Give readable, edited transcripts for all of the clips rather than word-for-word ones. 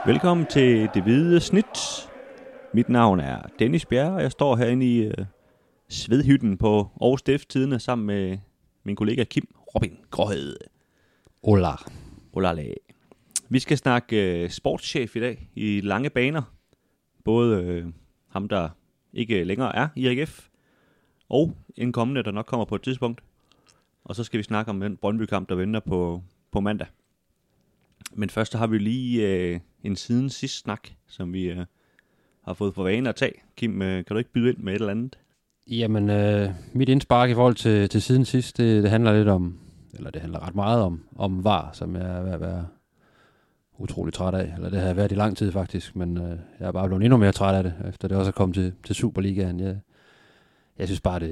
Velkommen til Det Hvide Snit. Mit navn er Dennis Bjerre, og jeg står herinde i Svedhytten på Aarhus Stiftstidende sammen med min kollega Kim Robin Gråhede. Olala. Vi skal snakke sportschef i dag i lange baner. Både ham, der ikke længere er i AGF, og en kommende, der nok kommer på et tidspunkt. Og så skal vi snakke om den Brøndby-kamp, der venter på mandag. Men først så har vi lige en siden sidst snak, som vi har fået for vane at tage. Kim, kan du ikke byde ind med et eller andet? Jamen, mit indspark i forhold til siden sidst, det handler lidt om, eller det handler ret meget om VAR, som jeg er ved at være utrolig træt af. Eller det har jeg været i lang tid faktisk, men jeg er bare blevet endnu mere træt af det, efter det også er kommet til Superligaen. Jeg synes bare,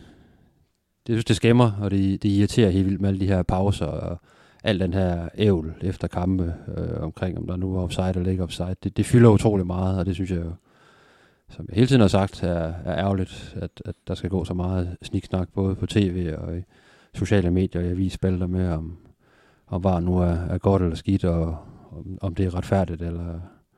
det skæmmer, og det irriterer helt vildt med alle de her pauser og al den her ævl efter kampe omkring, om der nu er offside eller ikke offside. Det fylder utrolig meget, og det synes jeg jo, som jeg hele tiden har sagt, er ærgerligt, at der skal gå så meget sniksnak, både på tv og i sociale medier og i avisspalter med, om VAR nu er godt eller skidt, og om det er retfærdigt eller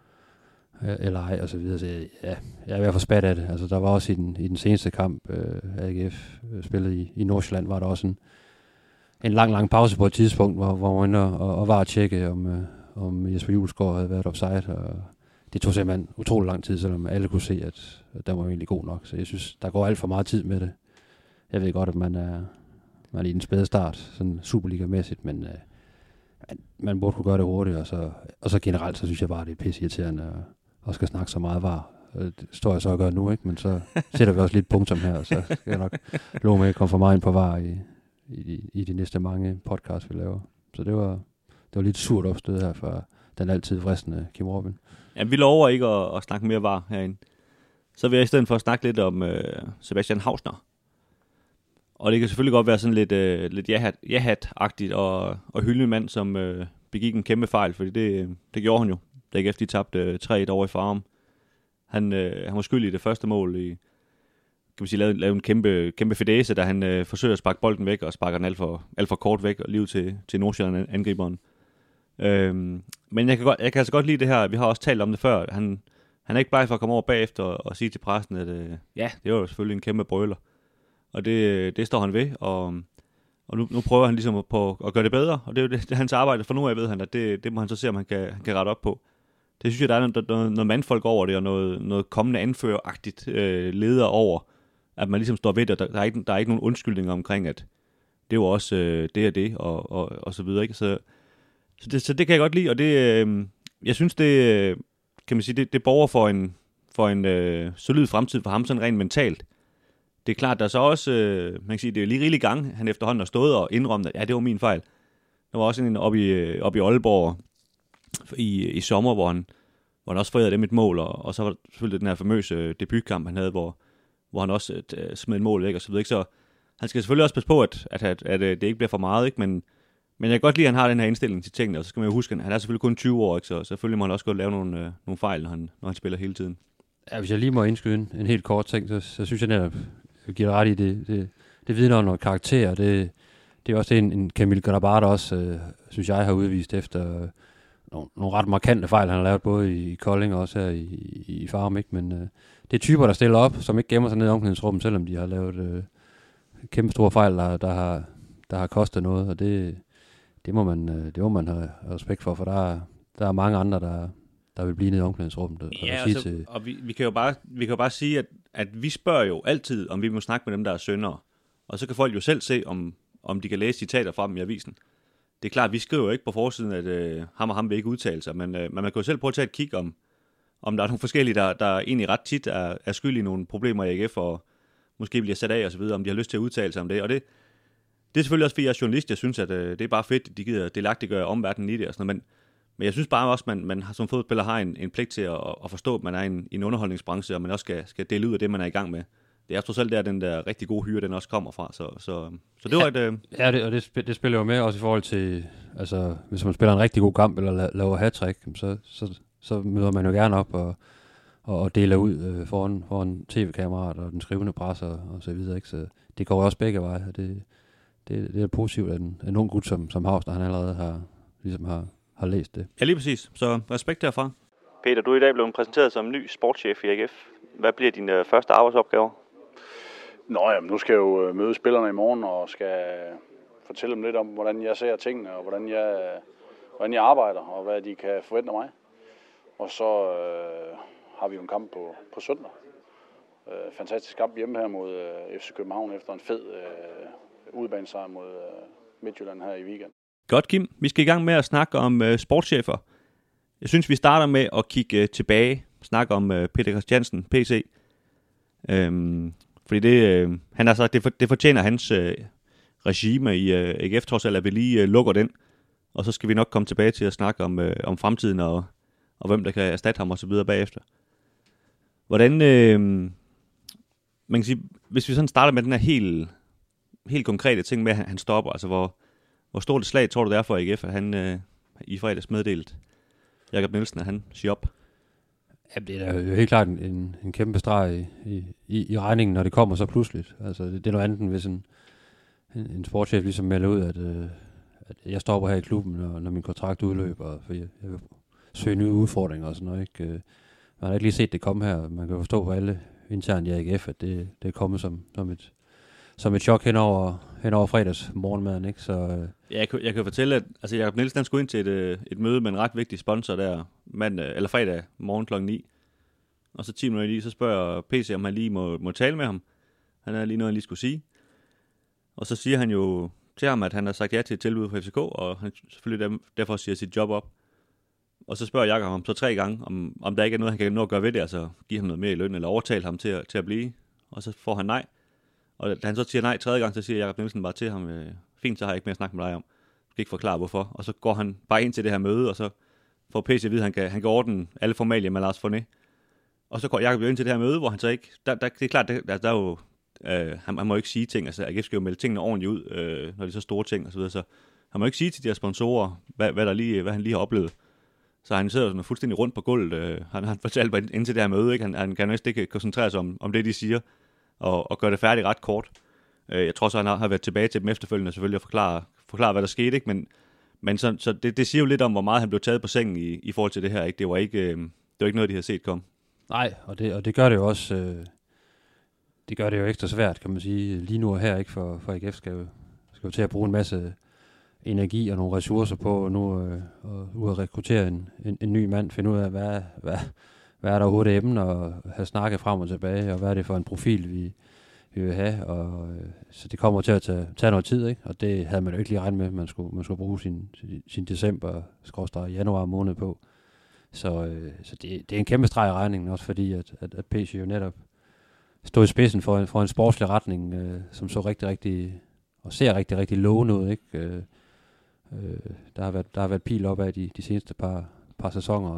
ej, og så videre. Så ja, jeg er i hvert fald spat af det. Altså, der var også i den seneste kamp, AGF spillede i Nordsjælland, var der også en lang pause på et tidspunkt, hvor man og var at tjekke, om Jesper Hjulsgaard havde været offside, og det tog simpelthen utrolig lang tid, selvom alle kunne se, at den var egentlig god nok. Så jeg synes, der går alt for meget tid med det. Jeg ved godt, at man er i den spæde start, sådan Superliga-mæssigt, men man burde kunne gøre det hurtigt, og så generelt, så synes jeg bare, det er pisseirriterende at skal snakke så meget VAR. Det står jeg så og gør nu, ikke? Men så sætter vi også lidt punktum her, og så skal jeg nok love med at komme for meget ind på VAR i de næste mange podcasts, vi laver. Så det var lidt surt opstød her for den altid fristende Kim Robin. Ja, vi lover ikke at snakke mere VAR herinde. Så vil jeg i stedet for at snakke lidt om Sebastian Hausner. Og det kan selvfølgelig godt være sådan lidt jahat-agtigt og hylde en mand, som begik en kæmpe fejl, fordi det gjorde han jo, da AGF de tabte 3-1 over i Farum. Han var skyldig i det første mål i, kan man sige, lavede en kæmpe fedese, da han forsøger at sparke bolden væk, og sparker den alt for kort væk, og lige ud til Nordsjælland angriberen. Men jeg kan altså godt lide det her, vi har også talt om det før, han er ikke bare for at komme over bagefter og sige til pressen, at ja, det var jo selvfølgelig en kæmpe brøler. Og det står han ved, og nu prøver han ligesom på at gøre det bedre, og det er jo det hans arbejde, for nu af ved han, at det må han så se, om han kan rette op på. Det synes jeg, der er noget mandfolk over det, og noget kommende anføreragtigt leder over, at man ligesom står ved det, og der er ikke nogen undskyldninger omkring, at det var også det og det, og så videre, ikke? Så det kan jeg godt lide, og det, jeg synes, det kan man sige, det borger for en solid fremtid for ham, sådan rent mentalt. Det er klart, der er så også, man kan sige, det er lige rigelig gang, han efterhånden har stået og indrømmet, at ja, det var min fejl. Der var også en oppe i Aalborg i sommer, hvor han også forærede dem et mål, og så var der selvfølgelig den her famøse debutkamp, han havde, hvor han også smed et mål væk og så videre. Så han skal selvfølgelig også passe på, at det ikke bliver for meget, ikke? Men jeg kan godt lide, at han har den her indstilling til tingene, og så skal man jo huske, at han er selvfølgelig kun 20 år, ikke? Så selvfølgelig må han også godt lave nogle fejl, når han spiller hele tiden. Ja, hvis jeg lige må indskyde en helt kort ting, så synes jeg netop, jeg giver ret i det vidner om noget karakter. Det er også en Kamil Grabar, der også, synes jeg, har udvist efter nogle ret markante fejl, han har lavet både i Kolding og også her i Farum, ikke? Men det er typer, der stiller op, som ikke gemmer sig ned i omklædningsrummet, selvom de har lavet kæmpe store fejl, der har kostet noget, og det må man have respekt for der er mange andre, der vil blive nede i omklædningsrummet. Ja, og vi kan jo bare sige, at vi spørger jo altid, om vi må snakke med dem, der er syndere. Og så kan folk jo selv se, om de kan læse citater fra dem i avisen. Det er klart, vi skriver jo ikke på forsiden, at ham og ham vil ikke udtale sig, men man kan jo selv prøve at tage et kig om der er nogle forskellige, der egentlig ret tit er skyld i nogle problemer i AGF, og måske bliver sat af og så videre, om de har lyst til at udtale sig om det. Og det er selvfølgelig også, fordi jeg er journalist, jeg synes, at det er bare fedt, de gider delagtiggøre omverdenen i det og sådan noget, men jeg synes bare også, at man som fodboldspiller har en pligt til at forstå, at man er i en underholdningsbranche, og man også skal dele ud af det, man er i gang med. Det er trods alt der, den der rigtig gode hyre, den også kommer fra. Så det var et... Ja, det spiller jo med også i forhold til, altså hvis man spiller en rigtig god kamp, eller laver hat-trick, så møder man jo gerne op og deler ud foran tv-kameraet og den skrivende presse og så videre, ikke? Så det går også begge veje, og det er positivt, at en ung gut som Hausner, han allerede har læst det. Ja, lige præcis. Så respekt herfra. Peter, du er i dag blevet præsenteret som ny sportschef i AGF. Hvad bliver dine første arbejdsopgaver? Jamen, nu skal jeg jo møde spillerne i morgen og skal fortælle dem lidt om, hvordan jeg ser tingene og hvordan jeg arbejder og hvad de kan forvente af mig. Og så har vi jo en kamp på søndag. Fantastisk kamp hjemme her mod FC København efter en fed udebanesejr mod Midtjylland her i weekend. Godt, Kim. Vi skal i gang med at snakke om sportschefer. Jeg synes, vi starter med at kigge tilbage, snakke om Peter Christiansen, PC. Fordi han har sagt, det fortjener hans regime i AGF, trods alt, at vi lige lukker den. Og så skal vi nok komme tilbage til at snakke om fremtiden og hvem der kan erstatte ham og så videre bagefter. Hvordan, man kan sige, hvis vi sådan starter med den her helt konkrete ting med, at han stopper, altså hvor stort et slag tror du det er for AGF, at han i fredags meddelt Jakob Nielsen, at han siger op? Ja, det er jo helt klart en kæmpe streg i regningen, når det kommer så pludseligt. Altså, det er noget andet, end hvis en sportschef ligesom melder ud, at jeg stopper her i klubben, når min kontrakt udløber, for jeg vil søge nye udfordringer og sådan noget. Ikke? Man har ikke lige set det komme her. Man kan forstå på alle internt i AGF, at det er kommet som et chok hen over fredags morgenmaden, ikke? Så ja, jeg kan fortælle, at altså Jakob Nielsen skulle ind til et møde med en ret vigtig sponsor der eller fredag morgen kl. 9. Og så 10 minutter i, så spørger PC, om han lige må tale med ham. Han har lige noget, han lige skulle sige. Og så siger han jo til ham, at han har sagt ja til et tilbud fra FCK, og han selvfølgelig derfor siger sit job op. Og så spørger Jakob ham så 3 gange, om der ikke er noget, han kan nå at gøre ved det, altså give ham noget mere i løn, eller overtale ham til at blive. Og så får han nej. Og da han så siger nej 3. gang, så siger Jakob Nielsen bare til ham, fint, så har jeg ikke mere at snakke med dig om. Jeg skal ikke forklare hvorfor. Og så går han bare ind til det her møde, og så får PC at vide, at han kan ordne alle formalier med Lars Forné. Og så går Jakob ind til det her møde, hvor han så ikke... Det er klart, der er jo... Han må ikke sige ting, altså AGF skal jo melde tingene ordentligt ud, når det er så store ting og så videre. Så han må ikke sige til de her sponsorer, hvad han lige har oplevet. Så han sidder sådan fuldstændig rundt på gulvet. Han fortalt mig ind til det her møde, ikke? Han kan næsten ikke koncentrere sig om det, de siger, og gøre det færdigt ret kort. Jeg tror så, han har været tilbage til dem efterfølgende selvfølgelig og forklare hvad der skete, ikke? Men så det siger jo lidt om, hvor meget han blev taget på sengen i forhold til det her, ikke? Det var ikke noget, de havde set komme. Nej, og det gør det jo også... Det gør det jo ekstra svært, kan man sige, lige nu og her, ikke? For AGF skal jo til at bruge en masse energi og nogle ressourcer på nu at rekruttere en ny mand, finde ud af, hvad er der overhovedet emne, og have snakket frem og tilbage, og hvad er det for en profil, vi vil have, og så det kommer til at tage noget tid, ikke? Og det havde man jo ikke lige regnet med, man skulle bruge sin december/januar måned på. Så det er en kæmpe streg i regningen, også fordi, at PC jo netop stod i spidsen for en sportslig retning, som så rigtig, og ser rigtig lovende ud, ikke? Der har været pil op af de seneste par sæsoner,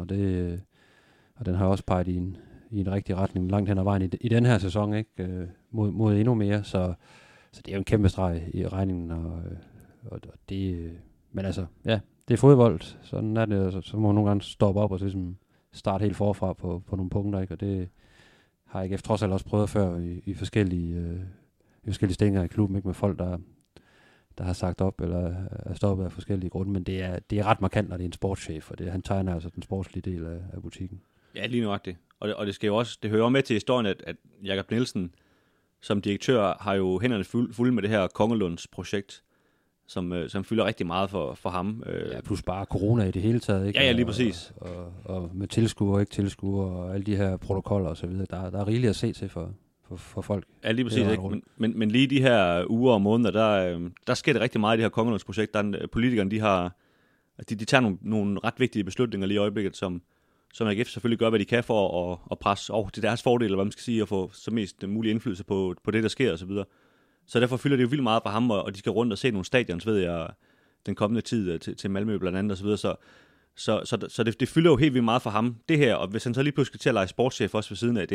og den har også peget i en rigtig retning langt hen ad vejen i den her sæson, ikke? Mod endnu mere, så det er jo en kæmpe streg i regningen, og det, men altså, ja, det er fodbold, sådan er det, så må man nogle gange stoppe op og så ligesom starte helt forfra på nogle punkter, ikke? Og det har AGF trods alt også prøvet før i forskellige stillinger i klubben, ikke? Med folk, der har sagt op eller er stoppet af forskellige grunde, men det er ret markant, når det er en sportschef, og han tegner altså den sportslige del af butikken. Ja, lige nuagtigt. Og det skal jo også, det hører jo med til historien, at Jakob Nielsen som direktør har jo hænderne fulde med det her Kongelunds projekt, som fylder rigtig meget for ham. Ja, plus bare corona i det hele taget, ikke? Ja, lige præcis. Og med tilskuere og ikke tilskuere, og alle de her protokoller og så videre. Der er rigeligt at se til for folk. Ja, lige præcis. Ikke? Men lige de her uger og måneder, der sker det rigtig meget i det her Kongelunds projekt. Politikerne, de tager nogle ret vigtige beslutninger lige i øjeblikket, som AGF selvfølgelig gør, hvad de kan for at presse over til deres fordel, eller hvad man skal sige, og få så mest mulig indflydelse på det, der sker og så videre. Så derfor fylder det jo vildt meget for ham, og de skal rundt og se nogle stadions, ved jeg, den kommende tid til Malmø blandt andet og så videre. Så det fylder jo helt vildt meget for ham, det her. Og hvis han så lige pludselig skal til at lege sportschef også ved siden af,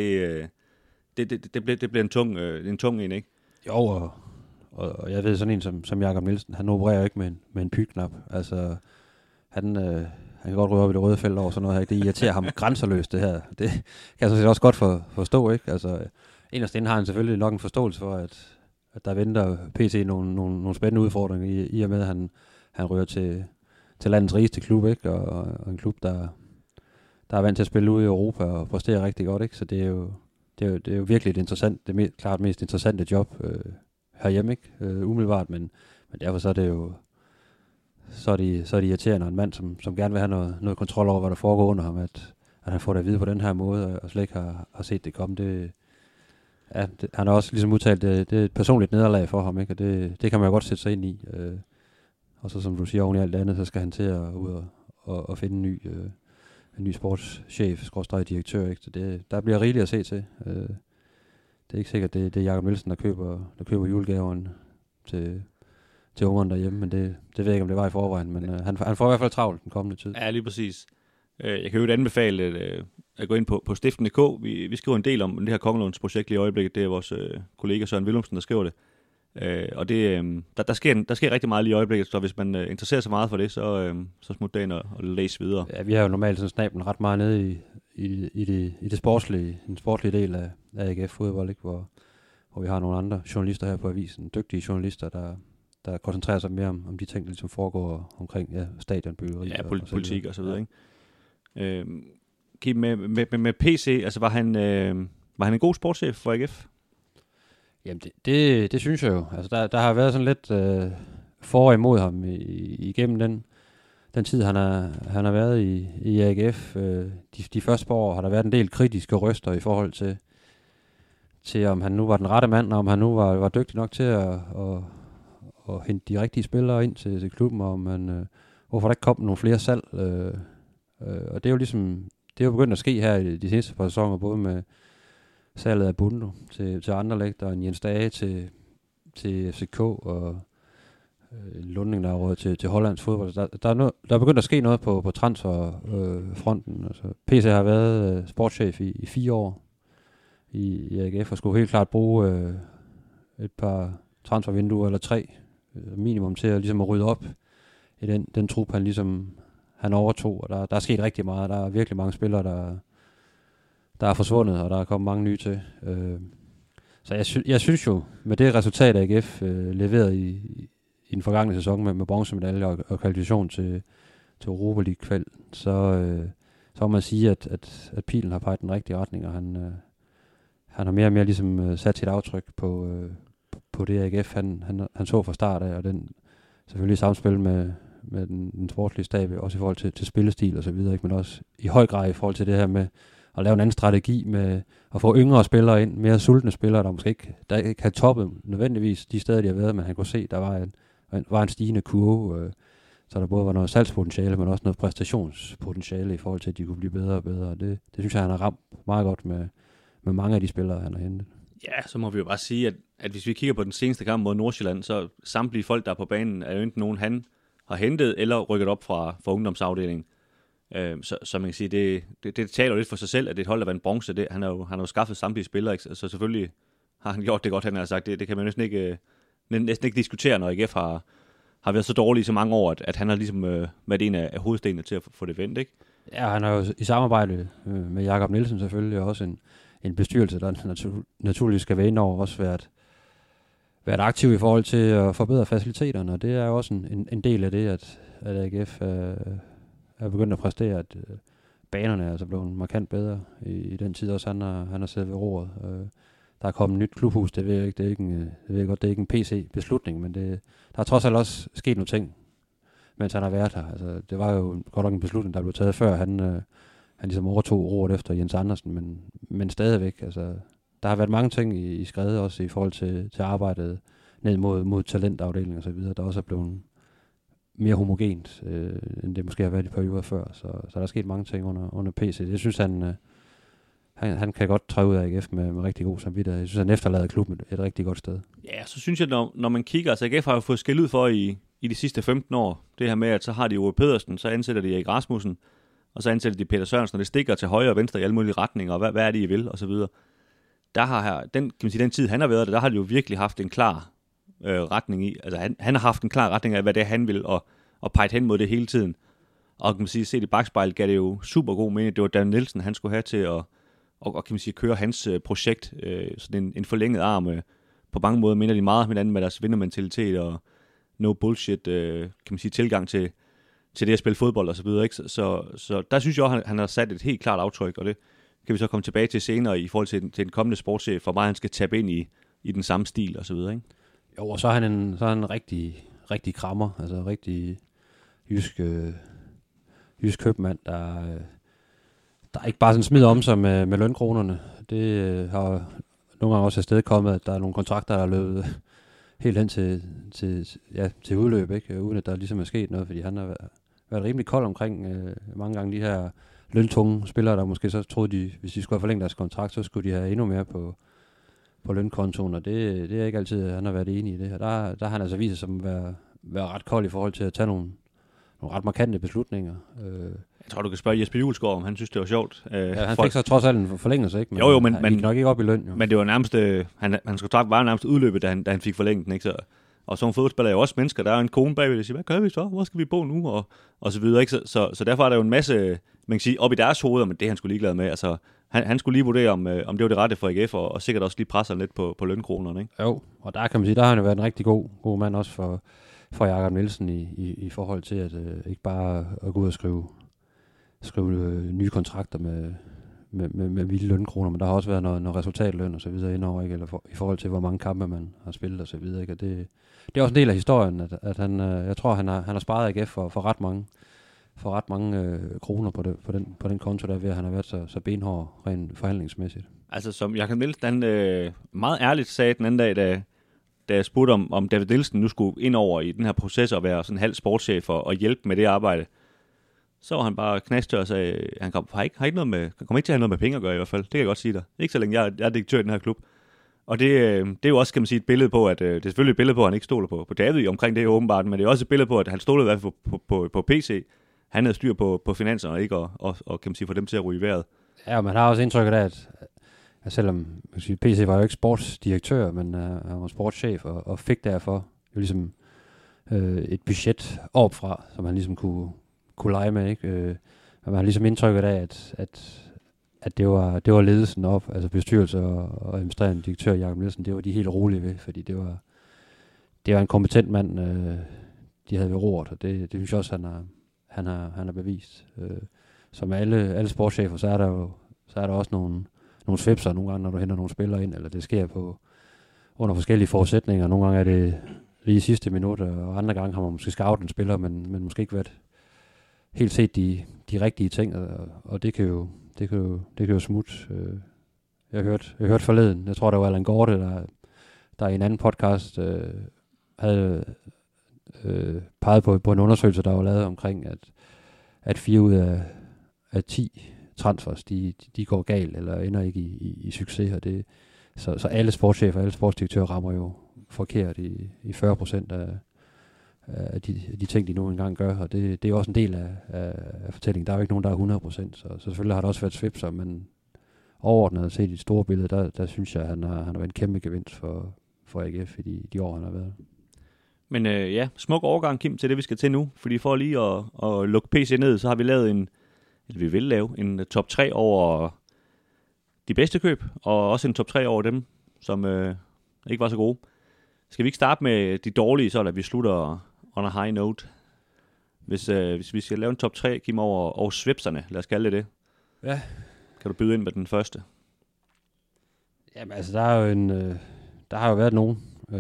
det bliver en tung en, ikke? Jo, og jeg ved sådan en som Jakob Nielsen, han opererer ikke med en pygknap. Altså, han kan godt røre op i det røde felt over sådan noget her. Det irriterer ham grænseløst, det her. Det kan jeg sådan set også godt forstå, ikke? Altså, inderst inde har han selvfølgelig nok en forståelse for, at der venter PT nogle spændende udfordringer i og med, at han rører til landets rigeste klub, ikke? Og en klub, der er vant til at spille ude i Europa og præstere rigtig godt, ikke? Så det er jo virkelig et interessant, klart mest interessante job herhjemme, ikke? Umiddelbart, men derfor så er det jo så er det irriterende, en mand, som gerne vil have noget kontrol over, hvad der foregår under ham, at han får det at vide på den her måde, og slet ikke har set det komme. Han har også ligesom udtalt, det er et personligt nederlag for ham, ikke? Og det kan man jo godt sætte sig ind i. Og så som du siger, oven i alt andet, så skal han til at ud og finde en ny sportschef, /direktør, ikke? Så der bliver rigeligt at se til. Det er ikke sikkert, det er Jakob Nielsen, der køber julegaverne til ungerne derhjemme, men det ved jeg ikke, om det var i forvejen, men han får i hvert fald travlt den kommende tid. Ja, lige præcis. Jeg kan jo anbefale at gå ind på stiften.dk. Vi skriver en del om det her Kongelunds projekt i øjeblikket. Det er vores kollega Søren Willumsen, der skriver det. Og det, der sker rigtig meget lige i øjeblikket, så hvis man interesserer sig meget for det, så smut derind og læs videre. Ja, vi har jo normalt sådan snablen ret meget nede i det sportslige, den sportslige del af AGF fodbold, ikke? Hvor vi har nogle andre journalister her på avisen, dygtige journalister, der koncentrerer sig mere om de ting, der ligesom foregår omkring stadionbyggeri. Ja, politik og så videre, ikke? Kim, med PC, altså var han en god sportschef for AGF? Jamen, det synes jeg jo. Altså, der har været sådan lidt for og imod ham igennem den tid, han har været i AGF. De første par år har der været en del kritiske røster i forhold til om han nu var den rette mand, og om han nu var dygtig nok til at hente de rigtige spillere ind til klubben, og hvorfor der ikke kom nogle flere salg. Og det er jo ligesom, det er jo begyndt at ske her i de seneste par sæsoner, både med salget af Bundo til Anderlecht, og en Jens Dage til FCK, og Lunding, der er råd til Hollands fodbold. Der er begyndt at ske noget på transferfronten. Altså, PC har været sportschef i 4 år i AGF, og skulle helt klart bruge et par transfervinduer eller 3 minimum til at ligesom at rydde op i den trup, han overtog. Og der er sket rigtig meget. Der er virkelig mange spillere, der er forsvundet, og der er kommet mange nye til. Så jeg synes jo, med det resultat, AGF leverede i den forgangne sæson med bronzemedalje og kvalifikation til Europa League-kval, så må man sige, at pilen har peget den rigtige retning, og han har mere og mere ligesom sat sit aftryk på det AGF, han så fra start af, og den selvfølgelig samspil med den sportslige stab, også i forhold til spillestil og så videre, ikke? Men også i høj grad i forhold til det her med at lave en anden strategi med at få yngre spillere ind, mere sultne spillere, der måske ikke har toppet nødvendigvis de steder, de har været, men han kunne se, der var en stigende kurve, så der både var noget salgspotentiale, men også noget præstationspotentiale i forhold til, at de kunne blive bedre og bedre. Det synes jeg, han har ramt meget godt med mange af de spillere, han har hentet. Ja, så må vi jo bare sige, at hvis vi kigger på den seneste kamp mod Nordsjælland, så samtlige folk, der er på banen, er jo enten nogen, han har hentet eller rykket op fra ungdomsafdelingen. Så man kan sige, det taler jo lidt for sig selv, at det er et hold, der vandt bronze. Han har jo skaffet samtlige spillere, ikke? Så selvfølgelig har han gjort det godt, han har sagt. Det kan man næsten ikke diskutere, når AGF har været så dårlig i så mange år, at han har ligesom været en af hovedstenene til at få det vendt, ikke? Ja, han har jo i samarbejde med Jakob Nielsen selvfølgelig også en bestyrelse, der naturligvis skal være inde over, også været aktiv i forhold til at forbedre faciliteterne, og det er jo også en del af det, at AGF er begyndt at præstere, at banerne er altså blevet markant bedre i den tid også, han har siddet ved roret. Der er kommet et nyt klubhus, det ved jeg ikke, det er ikke en PC-beslutning, men der er trods alt også sket nogle ting, mens han har været her. Altså, det var jo godt nok en beslutning, der blev taget før, han ligesom overtog roret efter Jens Andersen, men stadigvæk, altså, der har været mange ting i skredet også i forhold til arbejdet ned mod talentafdelingen og så videre, der også er blevet mere homogent, end det måske har været i perioder før. Så der er sket mange ting under PC. Jeg synes, han kan godt træde ud af AGF med rigtig god samvittighed. Jeg synes, han efterlader klubben et rigtig godt sted. Ja, så synes jeg, når man kigger, altså AGF har jo fået skæld ud for i de sidste 15 år, det her med, at så har de Ove Pedersen, så ansætter de Erik Rasmussen, og så ansætter de Peter Sørensen, og det stikker til højre og venstre i alle mulige retninger, og hvad er det, I vil, og så videre. Der har den tid, han har været der har de jo virkelig haft en klar retning i. Altså han har haft en klar retning af, hvad det er, han vil, og peget hen mod det hele tiden. Og kan man sige, set i bagspejlet gav det jo super god mening. Det var Dan Nielsen, han skulle have til at kan man sige, køre hans projekt, sådan en forlænget arm. På mange måder minder de meget om hinanden med deres vindermentalitet og no bullshit, kan man sige, tilgang til til det at spille fodbold og så videre, ikke? Så der synes jeg også, han har sat et helt klart aftryk, og det kan vi så komme tilbage til senere i forhold til en kommende sportschef, for mig han skal tabe ind i den samme stil og så videre, ikke? Jo, og så er han en rigtig krammer, altså rigtig jysk købmand, der ikke bare sådan smider om sig med lønkronerne. Det har nogle gange også afstedkommet, at der er nogle kontrakter, der er løbet helt hen til udløb, ikke? Uden at der ligesom er sket noget, fordi han har været rimelig kold omkring mange gange de her løntunge spillere, der måske så troede, de, hvis de skulle have forlænget deres kontrakt, så skulle de have endnu mere på lønkontoen, og det er ikke altid, han har været enig i det her. Der har han altså vist sig som at være ret kold i forhold til at tage nogle ret markante beslutninger. Jeg tror, du kan spørge Jesper Hjulsgaard, om han synes, det var sjovt. Ja, han fik så trods alt en forlængelse, ikke? Men han gik nok ikke op i løn. Jo. Men det var nærmest, hans kontrakt var nærmest udløbet, da han fik forlænget den, ikke? Og som fodboldspiller er jo også mennesker, der er en kone bagved, der siger, hvad gør vi så? Hvor skal vi bo nu? Og så videre, ikke? Så derfor er der jo en masse, man kan sige, op i deres hoveder, men det han skulle ligeglad med. Altså, han skulle lige vurdere, om det var det rette for AGF, og sikkert også lige presse lidt på lønkronerne, ikke? Jo, og der kan man sige, der har han jo været en rigtig god mand også for Jakob Nielsen i forhold til at ikke bare at gå ud og skrive nye kontrakter med vilde lønkroner, men der har også været noget resultatløn og så videre indover, ikke? Eller i forhold til, hvor mange kampe man har spillet og så videre, ikke? Og det er også en del af historien, at han, jeg tror, han har sparet AGF for ret mange kroner på den konto, der ved at han har været så benhård rent forhandlingsmæssigt. Altså, som Jakob Nielsen, meget ærligt sagde den anden dag, da jeg spurgte om David Nielsen nu skulle ind over i den her proces og være sådan en halv sportschef og hjælpe med det arbejde, så var han bare knastør og sagde, han kommer ikke til at have noget med penge at gøre i hvert fald. Det kan jeg godt sige dig. Ikke så længe jeg er direktør i den her klub. Og det er jo også, kan man sige, et billede på, at det er selvfølgelig et billede på, at han ikke stoler på David omkring det åbenbart, men det er også et billede på, at han stolede i hvert fald på PC. Han havde styr på finanserne, ikke? Og kan man sige, få dem til at ryge i vejret. Ja, og man har også indtrykket af, at selvom PC var jo ikke sportsdirektør, men han var sportschef og fik derfor jo ligesom et budget opfra, som han ligesom kunne lege med, ikke? Og man har ligesom indtrykket af, at det var ledelsen op, altså bestyrelse og administrerende direktør Jakob Nielsen, det var de helt rolige ved, fordi det var en kompetent mand, de havde ved roret, og det synes jeg også, han har bevist. Så med alle sportschefer, så er der også nogle svipser nogle gange, når du henter nogle spillere ind, eller det sker under forskellige forudsætninger. Nogle gange er det lige i sidste minut, og andre gange har man måske scoutet en spiller, men måske ikke været helt set de rigtige ting, og det kan jo smutte. Jeg hørte forleden, jeg tror det var Allan Gorte, der i en anden podcast havde peget på en undersøgelse, der var lavet omkring, at 4 ud af 10 transfers, de går galt, eller ender ikke i succes, og så alle sportschefer, alle sportsdirektører rammer jo forkert i 40% af de ting, de nu engang gør, og det er jo også en del af fortællingen. Der er jo ikke nogen, der er 100%, så selvfølgelig har der også været svipser, men overordnet set i det store billede, der synes jeg, at han har været en kæmpe gevinst for AGF i de år, han har været. Men smuk overgang, Kim, til det, vi skal til nu, fordi for lige at lukke PC ned, så har vi lavet en top 3 over de bedste køb, og også en top 3 over dem, som ikke var så gode. Skal vi ikke starte med de dårlige, så vi slutter on a high note? Hvis vi skal lave en top 3, Kim, over svipserne, lad os kalde det. Ja. Kan du byde ind med den første? Jamen altså, der har jo været nogen.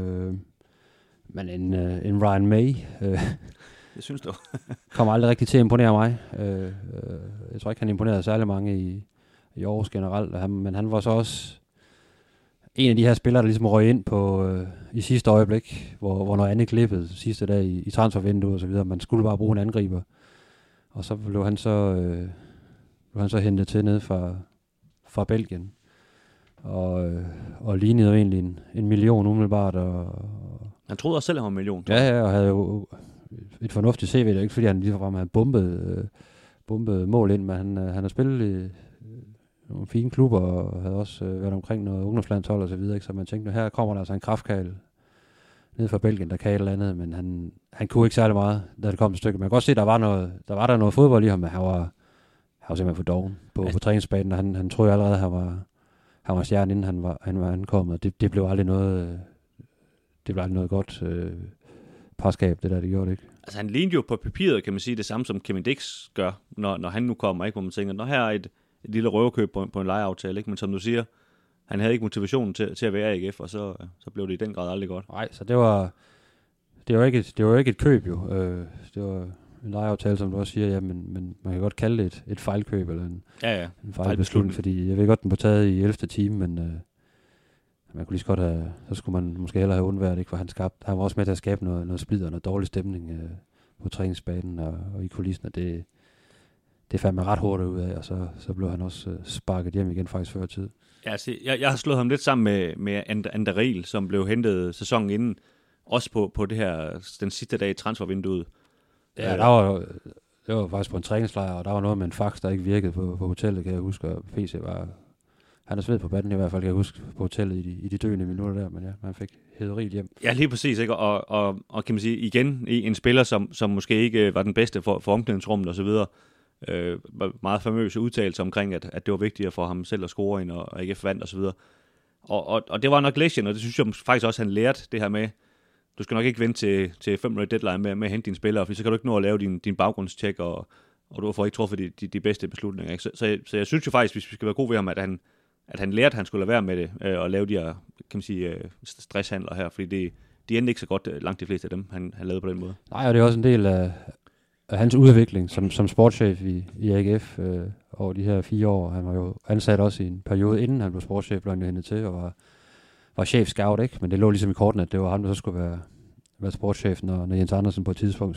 Men en Ryan May, det synes du? kommer aldrig rigtig til at imponere mig. Jeg tror ikke, han imponerede særlig mange i Aarhus generelt, men han var så også en af de her spillere, der ligesom røg ind på i sidste øjeblik, hvor noget andet klippede sidste dag i transfervinduet og så videre. Man skulle bare bruge en angriber. Og så blev han så hentet til ned fra Belgien. Og lignede jo egentlig en million umiddelbart. Han troede også selv, han var en million. Ja, og havde jo et fornuftigt CV. Det er ikke fordi, han ligefrem havde bumpet mål ind, men han har spillet i nogle fine klubber, og havde også været omkring noget ungdomslandshold og så videre, ikke? Så man tænkte, her kommer der altså en kraftkagel ned fra Belgien, der kan et eller andet, men han kunne ikke særlig meget, da det kom et stykke. Man kan godt se, at der var noget fodbold i ham, men han var simpelthen for doven på træningsbanen, og han troede allerede, at han var stjerne, inden han var ankommet. Det blev aldrig noget godt parskab, det der, det gjorde det ikke. Altså han lignede jo på papiret, kan man sige, det samme som Kevin Dix gør, når han nu kommer, ikke, hvor man tænker, når her er et lille røverkøb på en lejeaftale, ikke? Men som du siger, han havde ikke motivationen til at være i AGF, og så blev det i den grad aldrig godt. Nej, så det var ikke et køb jo. Det var en lejeaftale, som du også siger, ja, men man kan godt kalde det et fejlkøb, eller en fejlbeslutning, fordi jeg ved godt, den var taget i 11. time, men man kunne lige så godt have, så skulle man måske hellere have undværet, ikke, for han var også med til at skabe noget splid og noget dårlig stemning på træningsbanen og i kulissen, og det fandt man ret hurtigt ud af, og så blev han også sparket hjem igen faktisk før tid. Ja, altså, jeg har slået ham lidt sammen med Anderil, som blev hentet sæsonen inden, også på det her, den sidste dag i transfervinduet. Ja, det var faktisk på en træningslejr, og der var noget med en fax, der ikke virkede på hotellet, kan jeg huske, og PC var... Han er sved på batten i hvert fald, kan jeg huske, på hotellet i de døende minutter der, men ja, man fik hæderilt hjem. Ja, lige præcis, ikke? Og kan man sige, igen, en spiller, som måske ikke var den bedste for omklædningsrummet og så videre, meget famøse udtalelser omkring, at det var vigtigt for ham selv at score ind, og ikke vandt og så videre. Og det var nok lektion, og det synes jeg faktisk også, han lærte det her med, du skal nok ikke vente til 5 minutter deadline med at hente dine spillere, for så kan du ikke nå at lave din baggrundstjek, og du får ikke truffet de bedste beslutninger. Ikke? Så jeg synes jo faktisk, hvis vi skal være gode ved ham, at han lærte, at han skulle lade være med det, og lave de her, kan man sige, stresshandler her, fordi de endte ikke så godt, langt de fleste af dem, han lavede på den måde. Nej, og det er også en del af hans udvikling som sportschef i AGF over de her 4 år. Han var jo ansat også i en periode, inden han blev sportschef, blev han jo hentet til, og var chef-scout, ikke? Men det lå ligesom i korten, at det var ham, der så skulle være sportschef, når Jens Andersen på et tidspunkt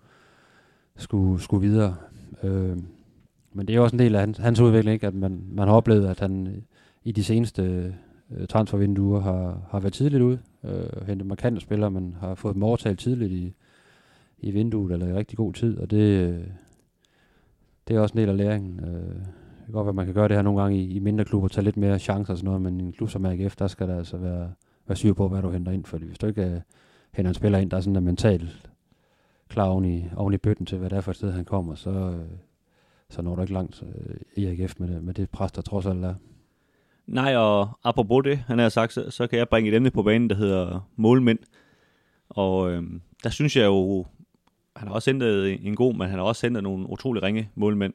skulle videre. Men det er også en del af hans udvikling, ikke? At man har oplevet, at han i de seneste transfervinduer har været tidligt ude, hentet markante spillere, men har fået dem overtalt tidligt i vinduet, eller i rigtig god tid, og det er også en del af læringen. Det kan godt være, at man kan gøre det her nogle gange i mindre klubber, tage lidt mere chancer og sådan noget, men i en klub som AGF, der skal der altså være syg på, hvad du henter ind, fordi hvis du ikke henter en spiller ind, der er sådan der mentalt klar oven i bøtten til, hvad det er for et sted, han kommer, så når du ikke langt i AGF med det pres, der trods alt er. Nej, og apropos det, han har sagt, så kan jeg bringe et emne på banen, der hedder målmænd. Og der synes jeg jo, han har også hentet en god, men han har også hentet nogle utrolig ringe målmænd.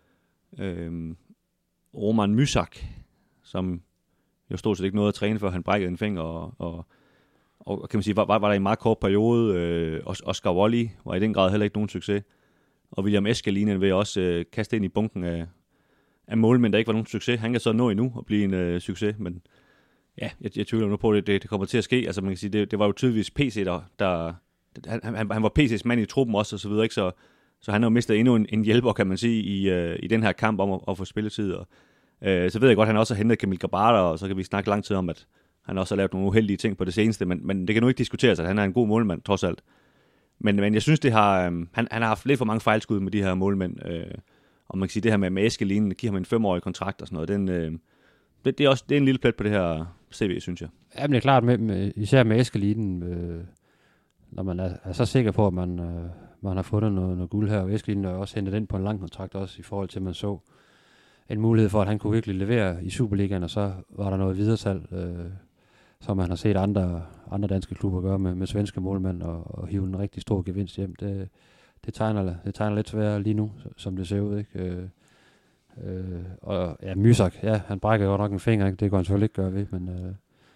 Roman Mysak, som jo stod set ikke noget at træne, før han brækkede en finger, og kan man sige, var der i en meget kort periode. Oscar Wally var i den grad heller ikke nogen succes. Og William Eskelinen vil også kaste ind i bunken af målmænd, der ikke var nogen succes. Han kan så nå endnu at blive en succes, men ja, jeg tvivler nu på, at det kommer til at ske. Altså man kan sige, det var jo tydeligvis PC, der han var PC's mand i truppen også, og så videre, ikke? Så han har jo mistet endnu en hjælper, kan man sige, i den her kamp om at få spilletid. Og, så ved jeg godt, at han også har hentet Kamil Grabara, og så kan vi snakke lang tid om, at han også har lavet nogle uheldige ting på det seneste, men det kan nu ikke diskuteres, at han er en god målmand, trods alt. Men jeg synes, han har haft lidt for mange fejlskud med de her målmænd, og man kan sige, det her med Eskelinen, giver ham en 5-årig kontrakt og sådan noget, det er en lille plet på det her CV, synes jeg. Ja, men det er klart, især med Eskelinen, når man er så sikker på, at man har fundet noget guld her, og Eskelinen er også hentet ind på en lang kontrakt, også i forhold til, at man så en mulighed for, at han kunne virkelig levere i Superligaen, og så var der noget videresalg, som man har set andre danske klubber gøre med svenske målmænd, og hive en rigtig stor gevinst hjem. Det tegner lidt sværere lige nu, som det ser ud, ikke? Og ja, Mysak, ja, han brækker godt nok en finger, ikke? Det kan han selvfølgelig ikke gøre ved, men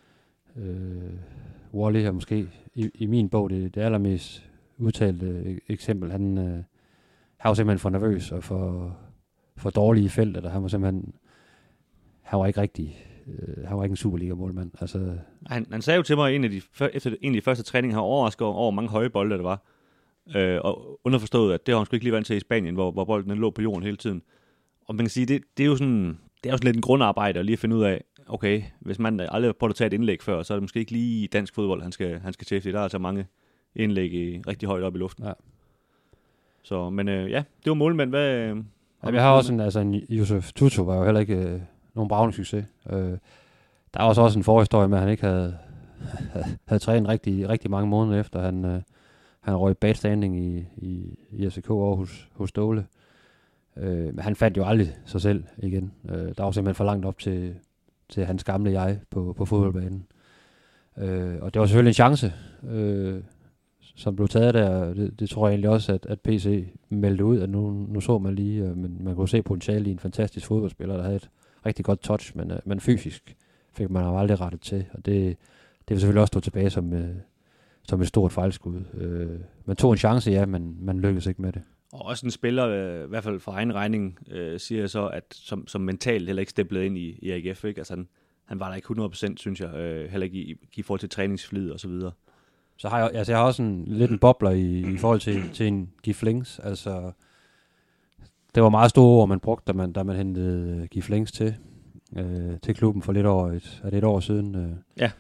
Wally er måske i min bog det allermest udtalte eksempel. Han var simpelthen for nervøs og for dårlig i feltet, og han var ikke rigtig, han var ikke en Superliga-målmand. Altså, han sagde jo til mig, efter en af de første træninger, han overraskede over mange høje bolde, der var. Og underforstået, at det har han sgu ikke lige vant til i Spanien, hvor bolden lå på jorden hele tiden. Og man kan sige, det er jo sådan, det er jo sådan lidt en grundarbejde at lige finde ud af, okay, hvis man aldrig har prøvet at tage et indlæg før, så er det måske ikke lige dansk fodbold, han skal til, fordi der er altså mange indlæg rigtig højt op i luften. Ja. Så, men ja, det var målmand. Jeg har også en Josef Tutu var jo heller ikke nogen bravende succes. Der er også en forhistorie med, at han ikke havde trænet rigtig mange måneder efter. Han røg bad standing i FCK og hos Ståle. Men han fandt jo aldrig sig selv igen. Der var simpelthen for langt op til hans gamle jeg på fodboldbanen. Og det var selvfølgelig en chance, som blev taget der. Det tror jeg egentlig også, at PC meldte ud, at nu så man lige, men man kunne se potentiale i en fantastisk fodboldspiller, der havde et rigtig godt touch, men fysisk fik man jo aldrig rettet til, og det vil selvfølgelig også stå tilbage som et stort fejlskud. Man tog en chance, ja, men man lykkedes ikke med det. Og også en spiller, i hvert fald for egen regning, siger jeg så, at som mentalt heller ikke stepplet ind i AGF, ikke? Altså han var der ikke 100%, synes jeg, heller ikke i forhold til træningsflid og så videre. Så har jeg har også lidt en bobler i forhold til en Gif Links. Altså, det var meget store ord, man brugte, da man hentede Gif Links til klubben for lidt over et år siden. Ja.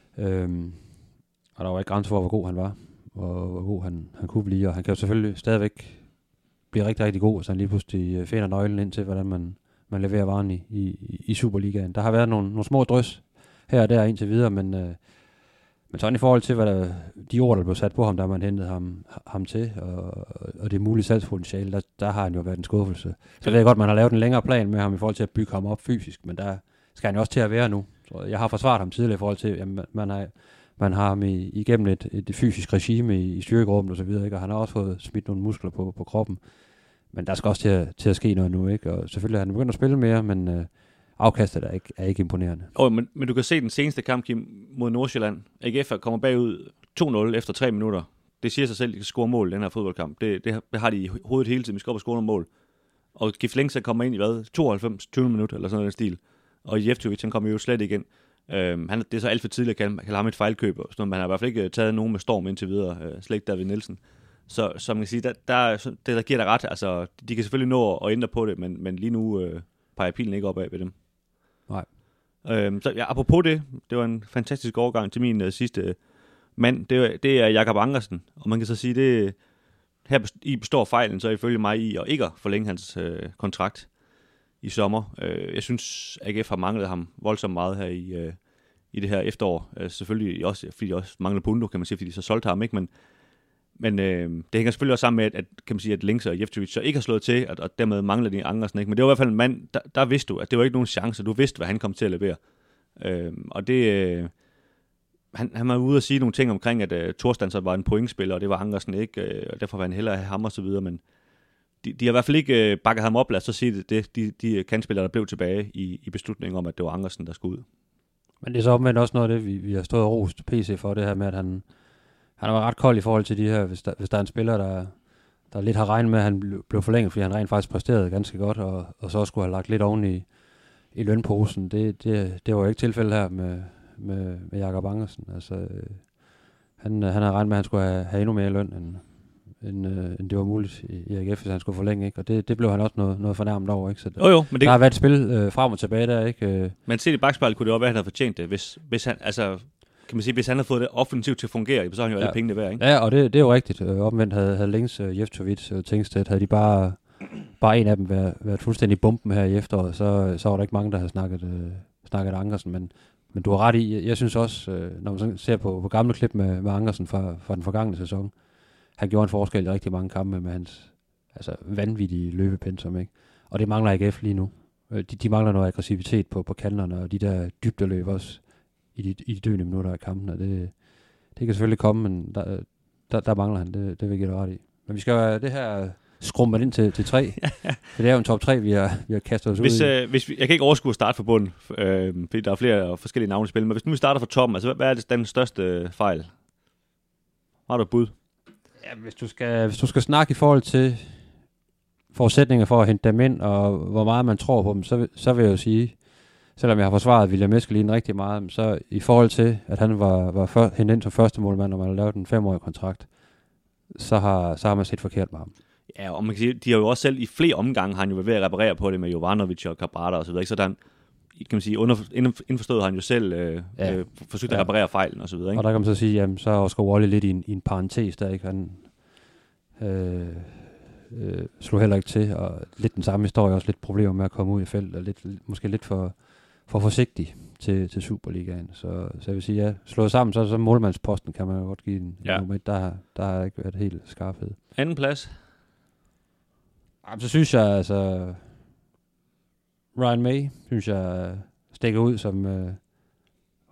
Og der var ikke grænser for, hvor god han var, og hvor god han kunne blive. Og han kan jo selvfølgelig stadigvæk blive rigtig, rigtig god, så han lige pludselig finder nøglen ind til, hvordan man leverer varen i Superligaen. Der har været nogle små drys her og der indtil videre, men sådan i forhold til, hvad de ord, der blev sat på ham, da man hentede ham til, og det mulige salgspotentiale, der har han jo været en skuffelse. Så ved jeg godt, man har lavet en længere plan med ham i forhold til at bygge ham op fysisk, men der skal han jo også til at være nu. Så jeg har forsvaret ham tidligere i forhold til, at man har ham igennem et fysisk regime i styrkerummet og så videre, ikke? Og han har også fået smidt nogle muskler på kroppen. Men der skal også til at ske noget nu, ikke? Og selvfølgelig har han begyndt at spille mere, men afkastet er ikke imponerende. Men du kan se den seneste kamp, Kim, mod Nordsjælland. AGF kommer bagud 2-0 efter 3 minutter. Det siger sig selv, at de kan score mål i den her fodboldkamp. Det har de i hovedet hele tiden. Vi skal op og score nogle mål. Og Gif Links kommer ind i 92, 20 minutter eller sådan noget stil. Og Jeftovic, han kommer jo slet igen. Det er så alt for tidligt at kalde ham et fejlkøb, og sådan noget, men han har i hvert fald ikke taget nogen med storm indtil videre, slet ikke David Nielsen. Så som man kan sige, der giver dig ret, altså de kan selvfølgelig nå at ændre på det, men lige nu peger pilen ikke opad ved dem. Nej. Så ja, apropos det var en fantastisk overgang til min sidste mand, det er Jakob Ankersen, og man kan så sige, det her består fejlen så ifølge mig i at ikke at forlænge hans kontrakt i sommer. Jeg synes, AGF har manglet ham voldsomt meget her i det her efterår. Selvfølgelig også, fordi de også mangler Bundo, kan man sige, fordi de så solgte ham, ikke? Men det hænger selvfølgelig også sammen med, at Links og Jeftovic så ikke har slået til, og dermed mangler de Ankersen, ikke? Men det var i hvert fald en mand, der vidste du, at det var ikke nogen chance. Du vidste, hvad han kom til at levere. Og det... Han var ude og sige nogle ting omkring, at Thorstand så var en pointspiller, og det var Ankersen ikke, og derfor var han hellere have ham og så videre, men de har i hvert fald ikke bakket ham op, lad os så sige det, de kantspillere, der blev tilbage i beslutningen om, at det var Ankersen, der skulle ud. Men det er så omvendt også noget af det, vi har stået og rost PC for, det her med, at han var ret kold i forhold til de her, hvis der er en spiller, der lidt har regnet med, at han blev forlænget, fordi han rent faktisk præsterede ganske godt, og så skulle have lagt lidt oven i lønposen. Det var jo ikke tilfældet her med Jakob Ankersen. Altså, han har regnet med, at han skulle have endnu mere løn, end det var muligt i AGF, hvis han skulle forlænge, ikke? Og det blev han også noget fornærmet over, ikke? Så Men det der har været et spil frem og tilbage der, ikke? Men set i bagspejlet kunne det også være, at han havde fortjent det, hvis han, altså, kan man sige, hvis han havde fået det offensivt til at fungere, så har han jo alle pengene værd, ikke? Ja, og det er jo rigtigt. Omvendt havde Links, Jeftovic og Tingstedt, havde de bare en af dem været fuldstændig bomben her i efteråret, så var der ikke mange, der havde snakket Ankersen, men du har ret i, jeg synes også, når man sådan ser på gamle klip med Ankersen fra den forgangne sæson, han gjorde en forskel i rigtig mange kampe med hans vanvittige løbepensum, ikke? Og det mangler AGF lige nu. De mangler noget aggressivitet på kanterne, og de der dybdeløb også i de døende minutter af kampen, og det kan selvfølgelig komme, men der mangler han, det vil jeg give dig ret i. Men vi skal jo det her skrummet ind til 3. For det er jo en top 3, vi har kastet os ud i. Jeg kan ikke overskue at starte fra bunden, fordi der er flere forskellige navne i spil, men hvis nu vi starter fra toppen, altså hvad er det den største fejl? Har du et bud? Ja, hvis du skal snakke i forhold til forudsætninger for at hente dem ind, og hvor meget man tror på dem, så vil jeg jo sige, selvom jeg har forsvaret William Eskelin rigtig meget, så i forhold til, at han var hentet ind som første målmand, og man har lavet en 5-årig kontrakt, så har man set forkert med ham. Ja, og man kan sige, de har jo også selv i flere omgange, han jo været ved at reparere på det med Jovanovic og Cabrera og så videre, ikke? Så der kan man sige, indforstået har han jo selv forsøgt at reparere fejlen og så videre, ikke? Og der kan man så sige, jamen så er Oscar Wally lidt i en parentes der, ikke? Han slog heller ikke til, og lidt den samme historie, også lidt problemer med at komme ud i felt, og måske lidt for forsigtig til Superligaen. Så jeg vil sige, ja, slået sammen, så målmandsposten kan man jo godt give en nummer 1. Der har ikke været helt skarphed. Anden plads? Jamen, så synes jeg, altså, Ryan May, synes jeg, stikker ud som